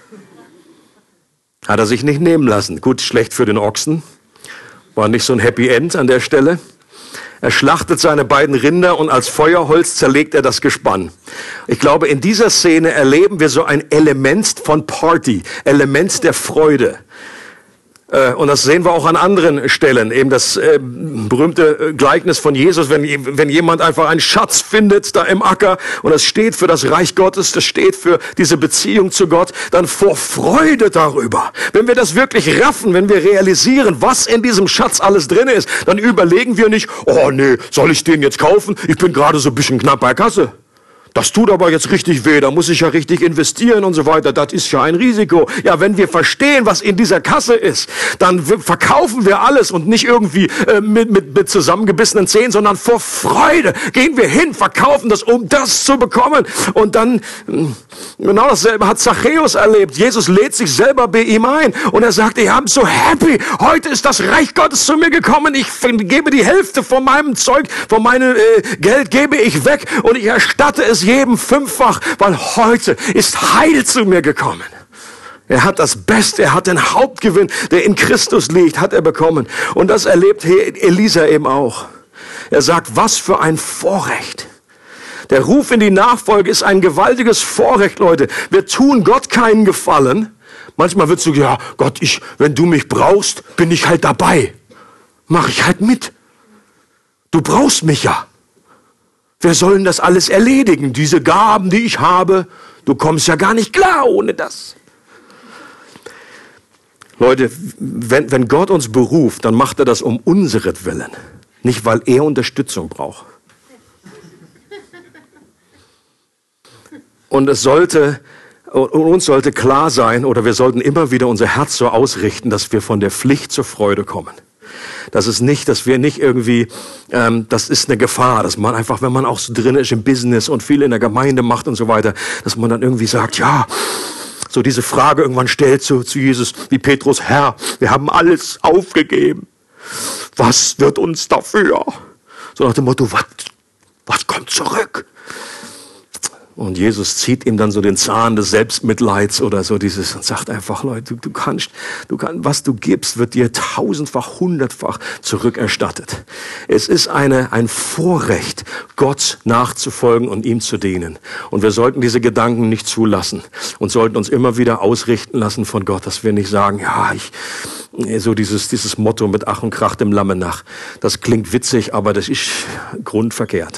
Hat er sich nicht nehmen lassen. Gut, schlecht für den Ochsen. War nicht so ein Happy End an der Stelle. Er schlachtet seine beiden Rinder und als Feuerholz zerlegt er das Gespann. Ich glaube, in dieser Szene erleben wir so ein Element von Party, Element der Freude. Und das sehen wir auch an anderen Stellen. Eben das äh, berühmte Gleichnis von Jesus, wenn, wenn jemand einfach einen Schatz findet da im Acker und das steht für das Reich Gottes, das steht für diese Beziehung zu Gott, dann vor Freude darüber. Wenn wir das wirklich raffen, wenn wir realisieren, was in diesem Schatz alles drin ist, dann überlegen wir nicht, oh nee, soll ich den jetzt kaufen? Ich bin gerade so ein bisschen knapp bei Kasse. Das tut aber jetzt richtig weh, da muss ich ja richtig investieren und so weiter. Das ist ja ein Risiko. Ja, wenn wir verstehen, was in dieser Kasse ist, dann verkaufen wir alles und nicht irgendwie äh, mit, mit, mit zusammengebissenen Zähnen, sondern vor Freude gehen wir hin, verkaufen das, um das zu bekommen. Und dann, genau dasselbe hat Zachäus erlebt. Jesus lädt sich selber bei ihm ein und er sagt, ich bin so happy, heute ist das Reich Gottes zu mir gekommen. Ich gebe die Hälfte von meinem Zeug, von meinem äh, Geld gebe ich weg und ich erstatte es jedem fünffach, weil heute ist Heil zu mir gekommen. Er hat das Beste, er hat den Hauptgewinn, der in Christus liegt, hat er bekommen. Und das erlebt Elisa eben auch. Er sagt, was für ein Vorrecht. Der Ruf in die Nachfolge ist ein gewaltiges Vorrecht, Leute. Wir tun Gott keinen Gefallen. Manchmal wird so, ja, Gott, ich, wenn du mich brauchst, bin ich halt dabei. Mach ich halt mit. Du brauchst mich ja. Wir sollen das alles erledigen, diese Gaben, die ich habe. Du kommst ja gar nicht klar ohne das. Leute, wenn, wenn Gott uns beruft, dann macht er das um unseretwillen. Nicht, weil er Unterstützung braucht. Und es sollte, uns sollte klar sein, oder wir sollten immer wieder unser Herz so ausrichten, dass wir von der Pflicht zur Freude kommen. Das ist nicht, dass wir nicht irgendwie, ähm, das ist eine Gefahr, dass man einfach, wenn man auch so drin ist im Business und viel in der Gemeinde macht und so weiter, dass man dann irgendwie sagt, ja, so diese Frage irgendwann stellt zu, zu Jesus, wie Petrus, Herr, wir haben alles aufgegeben. Was wird uns dafür? So nach dem Motto, was, was kommt zurück? Und Jesus zieht ihm dann so den Zahn des Selbstmitleids oder so dieses und sagt einfach, Leute, du, du kannst, du kannst, was du gibst, wird dir tausendfach, hundertfach zurückerstattet. Es ist eine, ein Vorrecht, Gott nachzufolgen und ihm zu dienen. Und wir sollten diese Gedanken nicht zulassen und sollten uns immer wieder ausrichten lassen von Gott, dass wir nicht sagen, ja, ich, so dieses, dieses Motto mit Ach und Krach dem Lamme nach. Das klingt witzig, aber das ist grundverkehrt.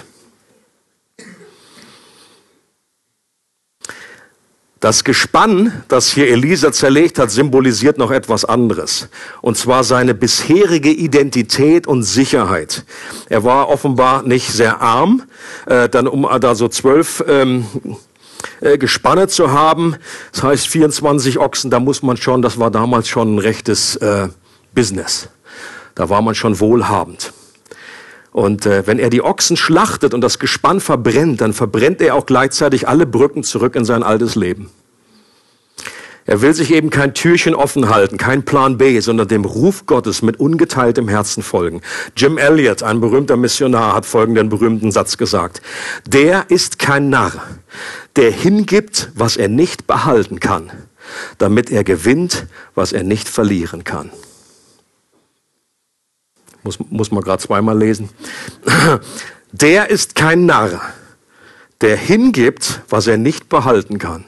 Das Gespann, das hier Elisa zerlegt hat, symbolisiert noch etwas anderes. Und zwar seine bisherige Identität und Sicherheit. Er war offenbar nicht sehr arm, äh, dann um da so zwölf ähm, äh, Gespanne zu haben. Das heißt vierundzwanzig Ochsen, da muss man schon, das war damals schon ein rechtes äh, Business. Da war man schon wohlhabend. Und äh, wenn er die Ochsen schlachtet und das Gespann verbrennt, dann verbrennt er auch gleichzeitig alle Brücken zurück in sein altes Leben. Er will sich eben kein Türchen offen halten, kein Plan B, sondern dem Ruf Gottes mit ungeteiltem Herzen folgen. Jim Elliot, ein berühmter Missionar, hat folgenden berühmten Satz gesagt. Der ist kein Narr, der hingibt, was er nicht behalten kann, damit er gewinnt, was er nicht verlieren kann. Muss, muss man gerade zweimal lesen. Der ist kein Narr, der hingibt, was er nicht behalten kann,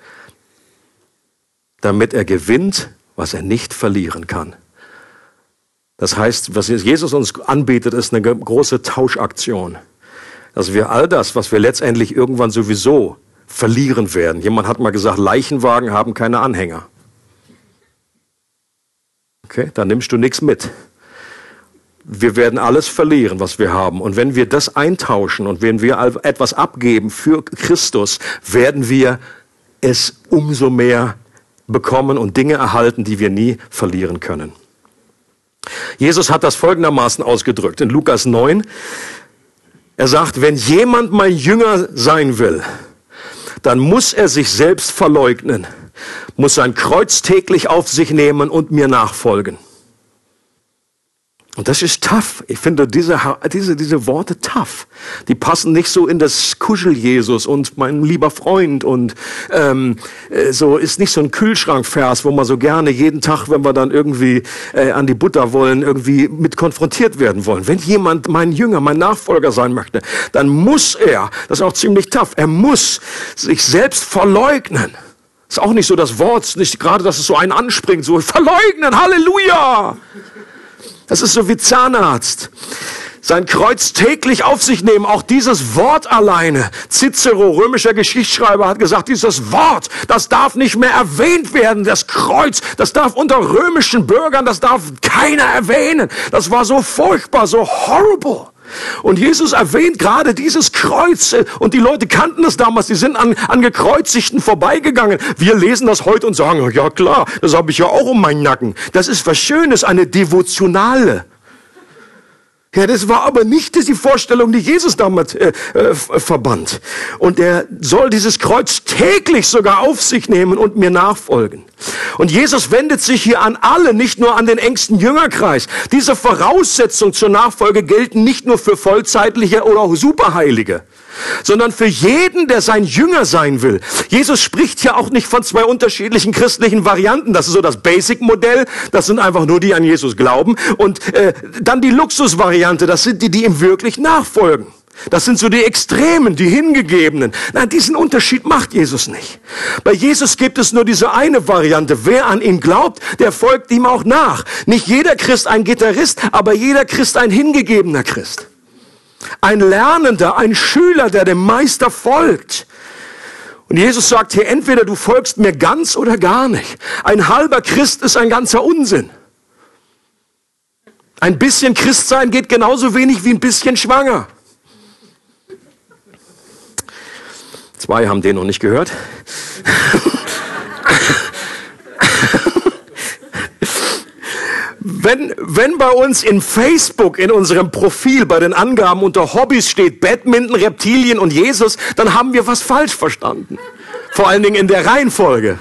damit er gewinnt, was er nicht verlieren kann. Das heißt, was Jesus uns anbietet, ist eine große Tauschaktion. Dass wir all das, was wir letztendlich irgendwann sowieso verlieren werden. Jemand hat mal gesagt, Leichenwagen haben keine Anhänger. Okay, da nimmst du nichts mit. Wir werden alles verlieren, was wir haben. Und wenn wir das eintauschen und wenn wir etwas abgeben für Christus, werden wir es umso mehr bekommen und Dinge erhalten, die wir nie verlieren können. Jesus hat das folgendermaßen ausgedrückt in Lukas neun. Er sagt, wenn jemand mein Jünger sein will, dann muss er sich selbst verleugnen, muss sein Kreuz täglich auf sich nehmen und mir nachfolgen. Und das ist tough. Ich finde diese, diese, diese Worte tough. Die passen nicht so in das Kuschel-Jesus und mein lieber Freund und ähm, so ist nicht so ein Kühlschrankvers, wo man so gerne jeden Tag, wenn wir dann irgendwie äh, an die Butter wollen, irgendwie mit konfrontiert werden wollen. Wenn jemand mein Jünger, mein Nachfolger sein möchte, dann muss er, das ist auch ziemlich tough, er muss sich selbst verleugnen. Ist auch nicht so das Wort, nicht gerade, dass es so einen anspringt, so verleugnen, Halleluja! Das ist so wie Zahnarzt. Sein Kreuz täglich auf sich nehmen. Auch dieses Wort alleine. Cicero, römischer Geschichtsschreiber, hat gesagt, dieses Wort, das darf nicht mehr erwähnt werden. Das Kreuz, das darf unter römischen Bürgern, das darf keiner erwähnen. Das war so furchtbar, so horrible. Und Jesus erwähnt gerade dieses Kreuz. Und die Leute kannten das damals. Die sind an, an Gekreuzigten vorbeigegangen. Wir lesen das heute und sagen, ja klar, das habe ich ja auch um meinen Nacken. Das ist was Schönes, eine Devotionale. Ja, das war aber nicht die Vorstellung, die Jesus damals äh, äh, verband. Und er soll dieses Kreuz täglich sogar auf sich nehmen und mir nachfolgen. Und Jesus wendet sich hier an alle, nicht nur an den engsten Jüngerkreis. Diese Voraussetzungen zur Nachfolge gelten nicht nur für Vollzeitliche oder auch Superheilige, sondern für jeden, der sein Jünger sein will. Jesus spricht hier auch nicht von zwei unterschiedlichen christlichen Varianten. Das ist so das Basic-Modell, das sind einfach nur die, die an Jesus glauben. Und äh, dann die Luxusvariante, das sind die, die ihm wirklich nachfolgen. Das sind so die Extremen, die Hingegebenen. Nein, diesen Unterschied macht Jesus nicht. Bei Jesus gibt es nur diese eine Variante. Wer an ihn glaubt, der folgt ihm auch nach. Nicht jeder Christ ein Gitarrist, aber jeder Christ ein hingegebener Christ. Ein Lernender, ein Schüler, der dem Meister folgt. Und Jesus sagt hier, entweder du folgst mir ganz oder gar nicht. Ein halber Christ ist ein ganzer Unsinn. Ein bisschen Christsein geht genauso wenig wie ein bisschen schwanger. Zwei haben den noch nicht gehört. Wenn, wenn bei uns in Facebook, in unserem Profil, bei den Angaben unter Hobbys steht Badminton, Reptilien und Jesus, dann haben wir was falsch verstanden. Vor allen Dingen in der Reihenfolge.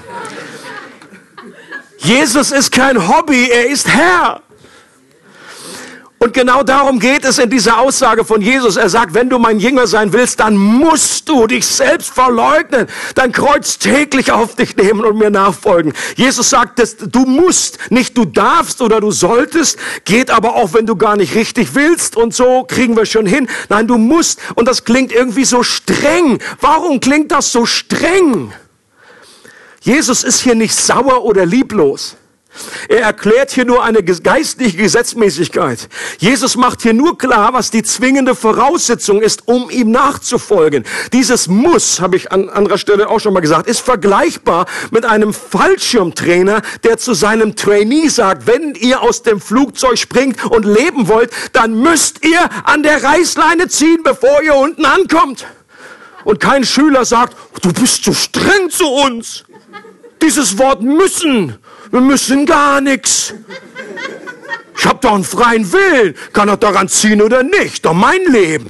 Jesus ist kein Hobby, er ist Herr. Und genau darum geht es in dieser Aussage von Jesus. Er sagt, wenn du mein Jünger sein willst, dann musst du dich selbst verleugnen, dein Kreuz täglich auf dich nehmen und mir nachfolgen. Jesus sagt, dass du musst, nicht du darfst oder du solltest, geht aber auch, wenn du gar nicht richtig willst und so kriegen wir schon hin. Nein, du musst, und das klingt irgendwie so streng. Warum klingt das so streng? Jesus ist hier nicht sauer oder lieblos. Er erklärt hier nur eine geistliche Gesetzmäßigkeit. Jesus macht hier nur klar, was die zwingende Voraussetzung ist, um ihm nachzufolgen. Dieses Muss, habe ich an anderer Stelle auch schon mal gesagt, ist vergleichbar mit einem Fallschirmtrainer, der zu seinem Trainee sagt, wenn ihr aus dem Flugzeug springt und leben wollt, dann müsst ihr an der Reißleine ziehen, bevor ihr unten ankommt. Und kein Schüler sagt, du bist so streng zu uns. Dieses Wort müssen. Wir müssen gar nichts. Ich habe doch einen freien Willen. Kann doch daran ziehen oder nicht. Doch mein Leben.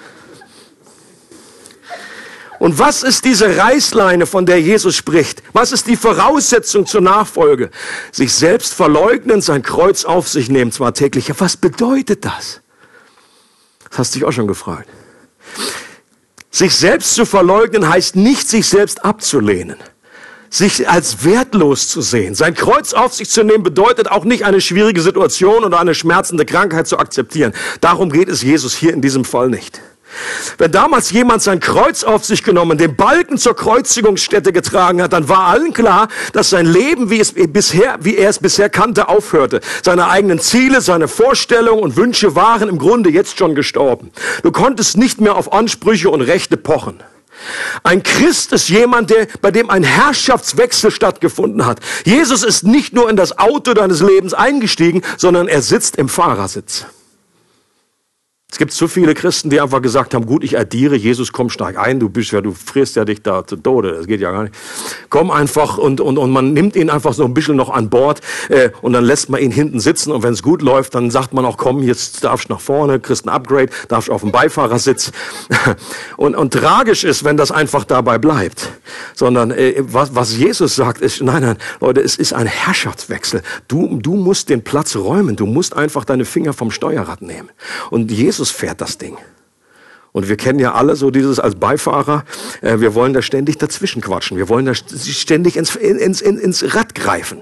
Und was ist diese Reißleine, von der Jesus spricht? Was ist die Voraussetzung zur Nachfolge? Sich selbst verleugnen, sein Kreuz auf sich nehmen, zwar täglich. Was bedeutet das? Das hast du dich auch schon gefragt. Sich selbst zu verleugnen heißt nicht, sich selbst abzulehnen. Sich als wertlos zu sehen. Sein Kreuz auf sich zu nehmen bedeutet auch nicht, eine schwierige Situation oder eine schmerzende Krankheit zu akzeptieren. Darum geht es Jesus hier in diesem Fall nicht. Wenn damals jemand sein Kreuz auf sich genommen, den Balken zur Kreuzigungsstätte getragen hat, dann war allen klar, dass sein Leben, wie, es bisher, wie er es bisher kannte, aufhörte. Seine eigenen Ziele, seine Vorstellungen und Wünsche waren im Grunde jetzt schon gestorben. Du konntest nicht mehr auf Ansprüche und Rechte pochen. Ein Christ ist jemand, der, bei dem ein Herrschaftswechsel stattgefunden hat. Jesus ist nicht nur in das Auto deines Lebens eingestiegen, sondern er sitzt im Fahrersitz. Es gibt so viele Christen, die einfach gesagt haben, gut, ich addiere, Jesus, komm, steig ein, du bist ja, du frierst ja dich da zu Tode, das geht ja gar nicht. Komm einfach und, und, und man nimmt ihn einfach so ein bisschen noch an Bord äh, und dann lässt man ihn hinten sitzen und wenn es gut läuft, dann sagt man auch, komm, jetzt darfst du nach vorne, kriegst ein Upgrade, darfst auf dem Beifahrersitz. und, und tragisch ist, wenn das einfach dabei bleibt, sondern äh, was, was Jesus sagt, ist, nein, nein, Leute, es ist ein Herrschaftswechsel. Du, du musst den Platz räumen, du musst einfach deine Finger vom Steuerrad nehmen. Und Jesus fährt das Ding. Und wir kennen ja alle so dieses als Beifahrer, äh, wir wollen da ständig dazwischen quatschen. Wir wollen da ständig ins, ins, ins, ins Rad greifen.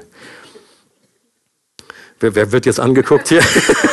Wer, wer wird jetzt angeguckt hier?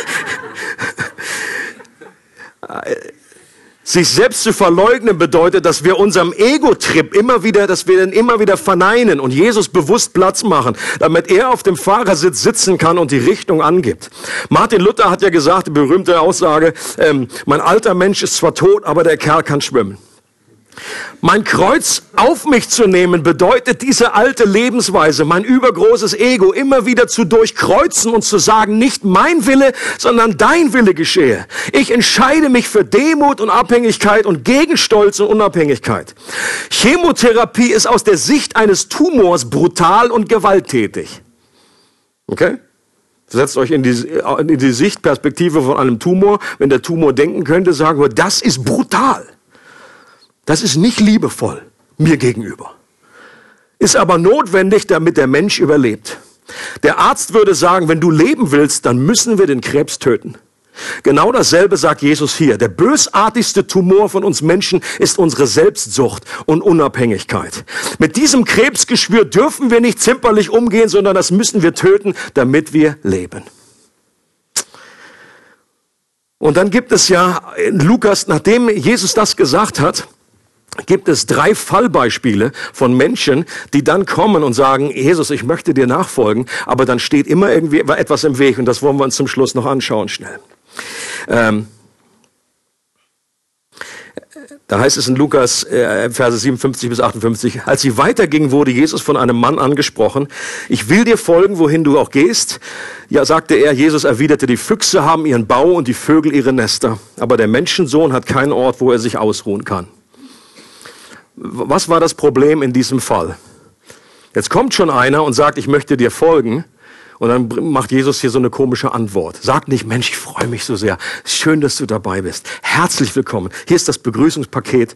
Sich selbst zu verleugnen bedeutet, dass wir unserem Ego-Trip immer wieder, dass wir den immer wieder verneinen und Jesus bewusst Platz machen, damit er auf dem Fahrersitz sitzen kann und die Richtung angibt. Martin Luther hat ja gesagt, die berühmte Aussage, ähm, mein alter Mensch ist zwar tot, aber der Kerl kann schwimmen. Mein Kreuz auf mich zu nehmen, bedeutet diese alte Lebensweise, mein übergroßes Ego immer wieder zu durchkreuzen und zu sagen, nicht mein Wille, sondern dein Wille geschehe. Ich entscheide mich für Demut und Abhängigkeit und gegen Stolz und Unabhängigkeit. Chemotherapie ist aus der Sicht eines Tumors brutal und gewalttätig. Okay? Setzt euch in die, in die Sichtperspektive von einem Tumor. Wenn der Tumor denken könnte, sagen wir, das ist brutal. Das ist nicht liebevoll mir gegenüber. Ist aber notwendig, damit der Mensch überlebt. Der Arzt würde sagen, wenn du leben willst, dann müssen wir den Krebs töten. Genau dasselbe sagt Jesus hier. Der bösartigste Tumor von uns Menschen ist unsere Selbstsucht und Unabhängigkeit. Mit diesem Krebsgeschwür dürfen wir nicht zimperlich umgehen, sondern das müssen wir töten, damit wir leben. Und dann gibt es ja in Lukas, nachdem Jesus das gesagt hat, gibt es drei Fallbeispiele von Menschen, die dann kommen und sagen, Jesus, ich möchte dir nachfolgen, aber dann steht immer irgendwie etwas im Weg und das wollen wir uns zum Schluss noch anschauen schnell. Ähm, da heißt es in Lukas äh, Verse siebenundfünfzig bis achtundfünfzig, als sie weitergingen, wurde Jesus von einem Mann angesprochen, ich will dir folgen, wohin du auch gehst. Ja, sagte er, Jesus erwiderte, die Füchse haben ihren Bau und die Vögel ihre Nester, aber der Menschensohn hat keinen Ort, wo er sich ausruhen kann. Was war das Problem in diesem Fall? Jetzt kommt schon einer und sagt, ich möchte dir folgen. Und dann macht Jesus hier so eine komische Antwort. Sagt nicht, Mensch, ich freue mich so sehr. Schön, dass du dabei bist. Herzlich willkommen. Hier ist das Begrüßungspaket.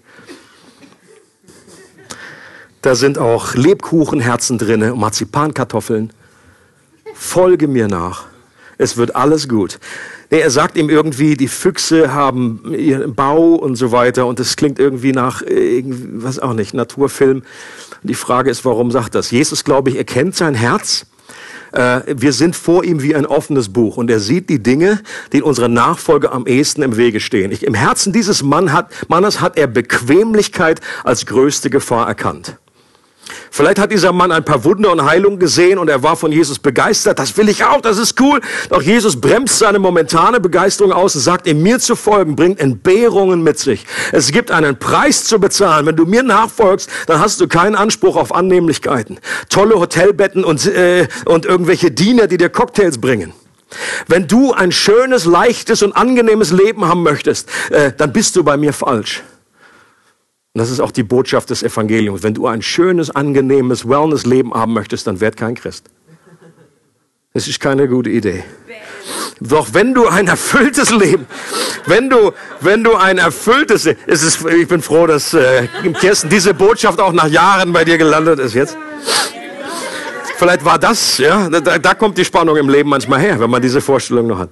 Da sind auch Lebkuchenherzen drinne, Marzipankartoffeln. Folge mir nach. Es wird alles gut. Nee, er sagt ihm irgendwie, die Füchse haben ihren Bau und so weiter. Und es klingt irgendwie nach, was auch nicht, Naturfilm. Die Frage ist, warum sagt das? Jesus, glaube ich, erkennt sein Herz. Wir sind vor ihm wie ein offenes Buch. Und er sieht die Dinge, die in unserer Nachfolge am ehesten im Wege stehen. Ich, im Herzen dieses Mann hat, Mannes hat er Bequemlichkeit als größte Gefahr erkannt. Vielleicht hat dieser Mann ein paar Wunder und Heilungen gesehen und er war von Jesus begeistert. Das will ich auch, das ist cool. Doch Jesus bremst seine momentane Begeisterung aus und sagt, ihm mir zu folgen, bringt Entbehrungen mit sich. Es gibt einen Preis zu bezahlen. Wenn du mir nachfolgst, dann hast du keinen Anspruch auf Annehmlichkeiten. Tolle Hotelbetten und, äh, und irgendwelche Diener, die dir Cocktails bringen. Wenn du ein schönes, leichtes und angenehmes Leben haben möchtest, äh, dann bist du bei mir falsch. Und das ist auch die Botschaft des Evangeliums. Wenn du ein schönes, angenehmes Wellness-Leben haben möchtest, dann werd kein Christ. Das ist keine gute Idee. Doch wenn du ein erfülltes Leben, wenn du, wenn du ein erfülltes, es ist, ich bin froh, dass äh, Kirsten diese Botschaft auch nach Jahren bei dir gelandet ist jetzt. Vielleicht war das, ja, da, da kommt die Spannung im Leben manchmal her, wenn man diese Vorstellung noch hat.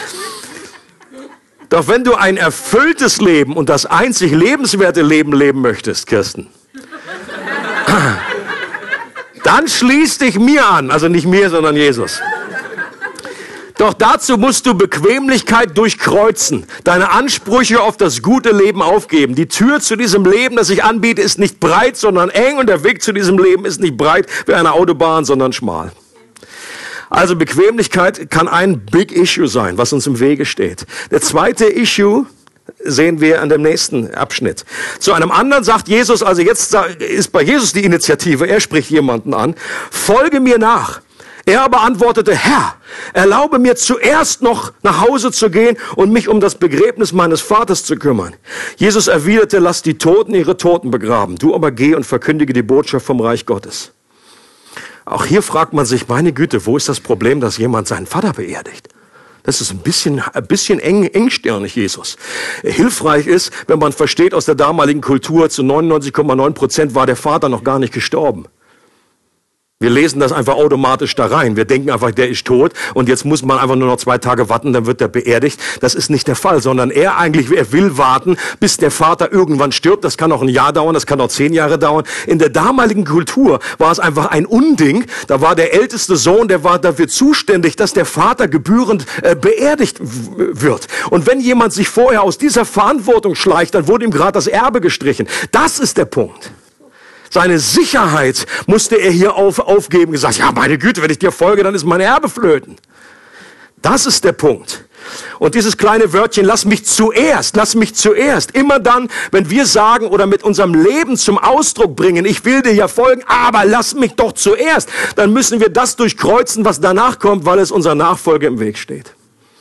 Doch wenn du ein erfülltes Leben und das einzig lebenswerte Leben leben möchtest, Kirsten, dann schließ dich mir an, also nicht mir, sondern Jesus. Doch dazu musst du Bequemlichkeit durchkreuzen, deine Ansprüche auf das gute Leben aufgeben. Die Tür zu diesem Leben, das ich anbiete, ist nicht breit, sondern eng und der Weg zu diesem Leben ist nicht breit wie eine Autobahn, sondern schmal. Also Bequemlichkeit kann ein Big Issue sein, was uns im Wege steht. Der zweite Issue sehen wir an dem nächsten Abschnitt. Zu einem anderen sagt Jesus, also jetzt ist bei Jesus die Initiative, er spricht jemanden an, folge mir nach. Er aber antwortete, Herr, erlaube mir zuerst noch nach Hause zu gehen und mich um das Begräbnis meines Vaters zu kümmern. Jesus erwiderte, lass die Toten ihre Toten begraben. Du aber geh und verkündige die Botschaft vom Reich Gottes. Auch hier fragt man sich, meine Güte, wo ist das Problem, dass jemand seinen Vater beerdigt? Das ist ein bisschen, ein bisschen eng, engstirnig, Jesus. Hilfreich ist, wenn man versteht, aus der damaligen Kultur zu neunundneunzig Komma neun Prozent war der Vater noch gar nicht gestorben. Wir lesen das einfach automatisch da rein. Wir denken einfach, der ist tot und jetzt muss man einfach nur noch zwei Tage warten, dann wird er beerdigt. Das ist nicht der Fall, sondern er eigentlich, er will warten, bis der Vater irgendwann stirbt. Das kann auch ein Jahr dauern, das kann auch zehn Jahre dauern. In der damaligen Kultur war es einfach ein Unding. Da war der älteste Sohn, der war dafür zuständig, dass der Vater gebührend äh, beerdigt wird. Und wenn jemand sich vorher aus dieser Verantwortung schleicht, dann wurde ihm gerade das Erbe gestrichen. Das ist der Punkt. Seine Sicherheit musste er hier auf, aufgeben. Gesagt, ja, meine Güte, wenn ich dir folge, dann ist mein Erbe flöten. Das ist der Punkt. Und dieses kleine Wörtchen, lass mich zuerst, lass mich zuerst. Immer dann, wenn wir sagen oder mit unserem Leben zum Ausdruck bringen, ich will dir ja folgen, aber lass mich doch zuerst, dann müssen wir das durchkreuzen, was danach kommt, weil es unserer Nachfolge im Weg steht.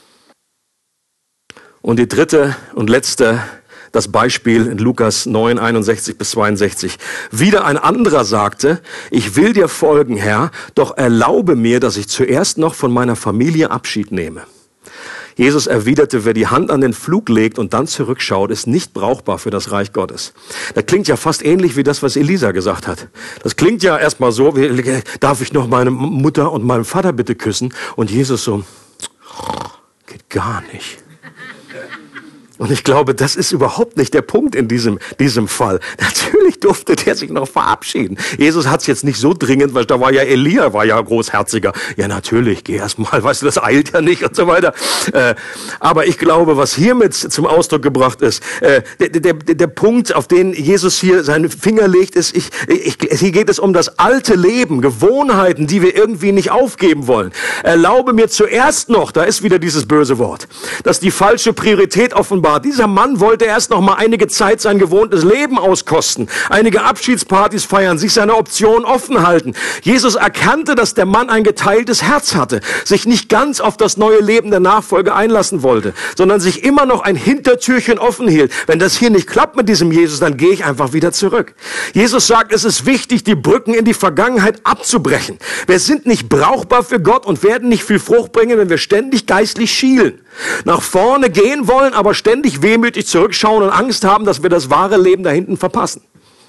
Und die dritte und letzte das Beispiel in Lukas neun, einundsechzig bis zweiundsechzig. Wieder ein anderer sagte, ich will dir folgen, Herr, doch erlaube mir, dass ich zuerst noch von meiner Familie Abschied nehme. Jesus erwiderte, wer die Hand an den Pflug legt und dann zurückschaut, ist nicht brauchbar für das Reich Gottes. Das klingt ja fast ähnlich wie das, was Elisa gesagt hat. Das klingt ja erstmal so, wie, darf ich noch meine Mutter und meinen Vater bitte küssen? Und Jesus so, geht gar nicht. Und ich glaube, das ist überhaupt nicht der Punkt in diesem, diesem Fall. Natürlich durfte der sich noch verabschieden. Jesus hat es jetzt nicht so dringend, weil da war ja Elia, war ja großherziger. Ja, natürlich, geh erst mal, weißt du, das eilt ja nicht und so weiter. Äh, aber ich glaube, was hiermit zum Ausdruck gebracht ist, äh, der, der, der Punkt, auf den Jesus hier seinen Finger legt, ist, ich, ich, hier geht es um das alte Leben, Gewohnheiten, die wir irgendwie nicht aufgeben wollen. Erlaube mir zuerst noch, da ist wieder dieses böse Wort, dass die falsche Priorität offenbar. Dieser Mann wollte erst noch mal einige Zeit sein gewohntes Leben auskosten, einige Abschiedspartys feiern, sich seine Optionen offen halten. Jesus erkannte, dass der Mann ein geteiltes Herz hatte, sich nicht ganz auf das neue Leben der Nachfolge einlassen wollte, sondern sich immer noch ein Hintertürchen offen hielt. Wenn das hier nicht klappt mit diesem Jesus, dann gehe ich einfach wieder zurück. Jesus sagt, es ist wichtig, die Brücken in die Vergangenheit abzubrechen. Wir sind nicht brauchbar für Gott und werden nicht viel Frucht bringen, wenn wir ständig geistlich schielen. Nach vorne gehen wollen, aber ständig wehmütig zurückschauen und Angst haben, dass wir das wahre Leben da hinten verpassen.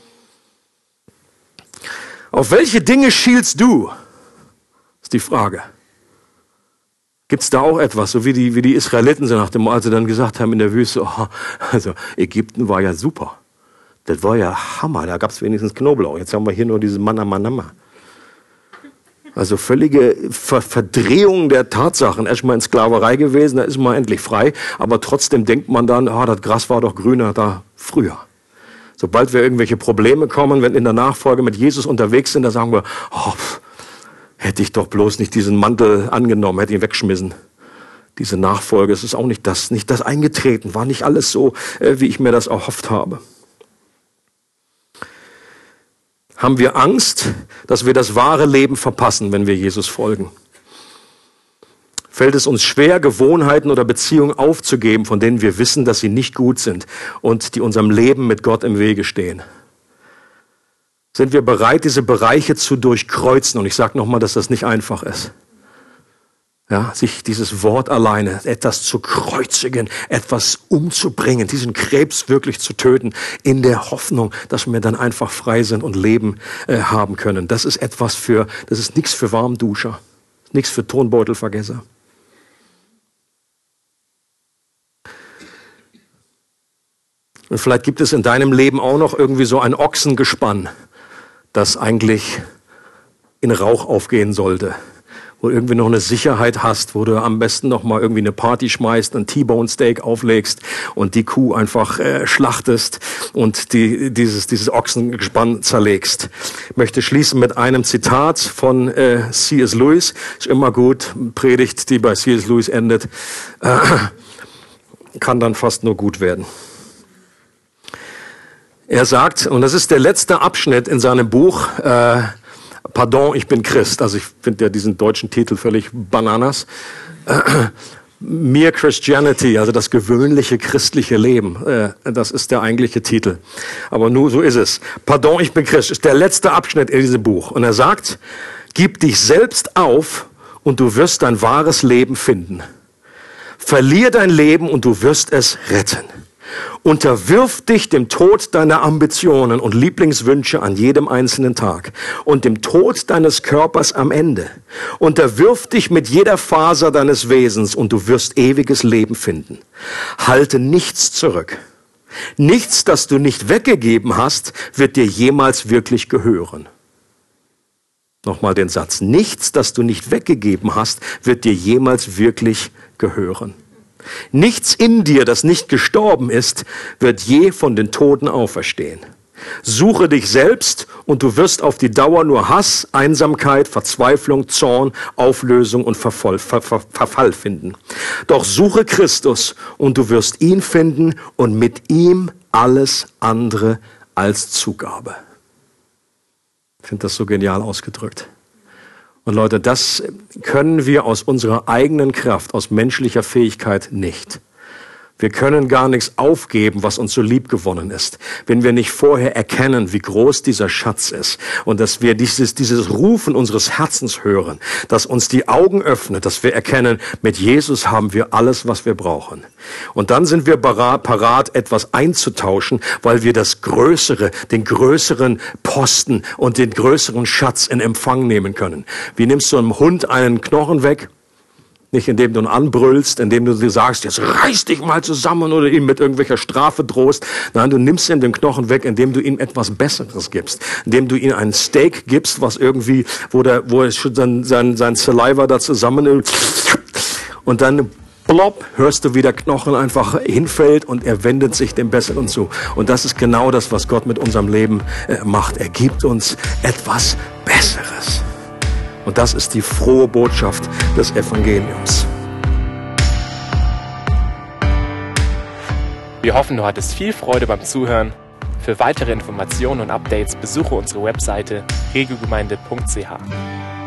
Auf welche Dinge schielst du? Ist die Frage. Gibt es da auch etwas, so wie die, wie die Israeliten so nach dem, als sie dann gesagt haben in der Wüste, oh, also Ägypten war ja super. Das war ja Hammer, da gab es wenigstens Knoblauch. Jetzt haben wir hier nur diese Manna Manama. Also völlige Ver- Verdrehung der Tatsachen. Erst mal in Sklaverei gewesen, da ist man endlich frei. Aber trotzdem denkt man dann, ah, das Gras war doch grüner da früher. Sobald wir irgendwelche Probleme kommen, wenn in der Nachfolge mit Jesus unterwegs sind, da sagen wir, oh, pff, hätte ich doch bloß nicht diesen Mantel angenommen, hätte ihn weggeschmissen. Diese Nachfolge, es ist auch nicht das, nicht das eingetreten, war nicht alles so, äh, wie ich mir das erhofft habe. Haben wir Angst, dass wir das wahre Leben verpassen, wenn wir Jesus folgen? Fällt es uns schwer, Gewohnheiten oder Beziehungen aufzugeben, von denen wir wissen, dass sie nicht gut sind und die unserem Leben mit Gott im Wege stehen? Sind wir bereit, diese Bereiche zu durchkreuzen? Und ich sage nochmal, dass das nicht einfach ist. Ja, sich dieses Wort alleine, etwas zu kreuzigen, etwas umzubringen, diesen Krebs wirklich zu töten, in der Hoffnung, dass wir dann einfach frei sind und Leben äh, haben können. Das ist etwas für, das ist nichts für Warmduscher, nichts für Tonbeutelvergesser. Und vielleicht gibt es in deinem Leben auch noch irgendwie so ein Ochsengespann, das eigentlich in Rauch aufgehen sollte. Wo du irgendwie noch eine Sicherheit hast, wo du am besten noch mal irgendwie eine Party schmeißt, ein T-Bone Steak auflegst und die Kuh einfach äh, schlachtest und die, dieses, dieses Ochsengespann zerlegst. Ich möchte schließen mit einem Zitat von äh, C S Lewis. Ist immer gut, Predigt, die bei C S Lewis endet, äh, kann dann fast nur gut werden. Er sagt, und das ist der letzte Abschnitt in seinem Buch, äh, Pardon, ich bin Christ. Also ich finde ja diesen deutschen Titel völlig bananas. Mere Christianity, also das gewöhnliche christliche Leben, äh, das ist der eigentliche Titel. Aber nur so ist es. Pardon, ich bin Christ, ist der letzte Abschnitt in diesem Buch. Und er sagt, gib dich selbst auf und du wirst dein wahres Leben finden. Verlier dein Leben und du wirst es retten. Unterwirf dich dem Tod deiner Ambitionen und Lieblingswünsche an jedem einzelnen Tag und dem Tod deines Körpers am Ende. Unterwirf dich mit jeder Faser deines Wesens und du wirst ewiges Leben finden. Halte nichts zurück. Nichts, das du nicht weggegeben hast, wird dir jemals wirklich gehören. Nochmal den Satz. Nichts, das du nicht weggegeben hast, wird dir jemals wirklich gehören. Nichts in dir, das nicht gestorben ist, wird je von den Toten auferstehen. Suche dich selbst und du wirst auf die Dauer nur Hass, Einsamkeit, Verzweiflung, Zorn, Auflösung und Verfall, Ver, Ver, Verfall finden. Doch suche Christus und du wirst ihn finden und mit ihm alles andere als Zugabe. Ich finde das so genial ausgedrückt. Und Leute, das können wir aus unserer eigenen Kraft, aus menschlicher Fähigkeit nicht. Wir können gar nichts aufgeben, was uns so lieb gewonnen ist, wenn wir nicht vorher erkennen, wie groß dieser Schatz ist und dass wir dieses, dieses Rufen unseres Herzens hören, dass uns die Augen öffnet, dass wir erkennen, mit Jesus haben wir alles, was wir brauchen. Und dann sind wir parat, etwas einzutauschen, weil wir das Größere, den größeren Posten und den größeren Schatz in Empfang nehmen können. Wie nimmst du einem Hund einen Knochen weg? Nicht indem du ihn anbrüllst, indem du dir sagst, jetzt reiß dich mal zusammen oder ihm mit irgendwelcher Strafe drohst. Nein, du nimmst ihm den Knochen weg, indem du ihm etwas Besseres gibst. Indem du ihm ein Steak gibst, was irgendwie, wo der, wo es schon sein, sein, sein Saliva da zusammen und dann plopp, hörst du, wie der Knochen einfach hinfällt und er wendet sich dem Besseren zu. Und das ist genau das, was Gott mit unserem Leben äh, macht. Er gibt uns etwas Besseres. Und das ist die frohe Botschaft des Evangeliums. Wir hoffen, du hattest viel Freude beim Zuhören. Für weitere Informationen und Updates besuche unsere Webseite regelgemeinde punkt c h.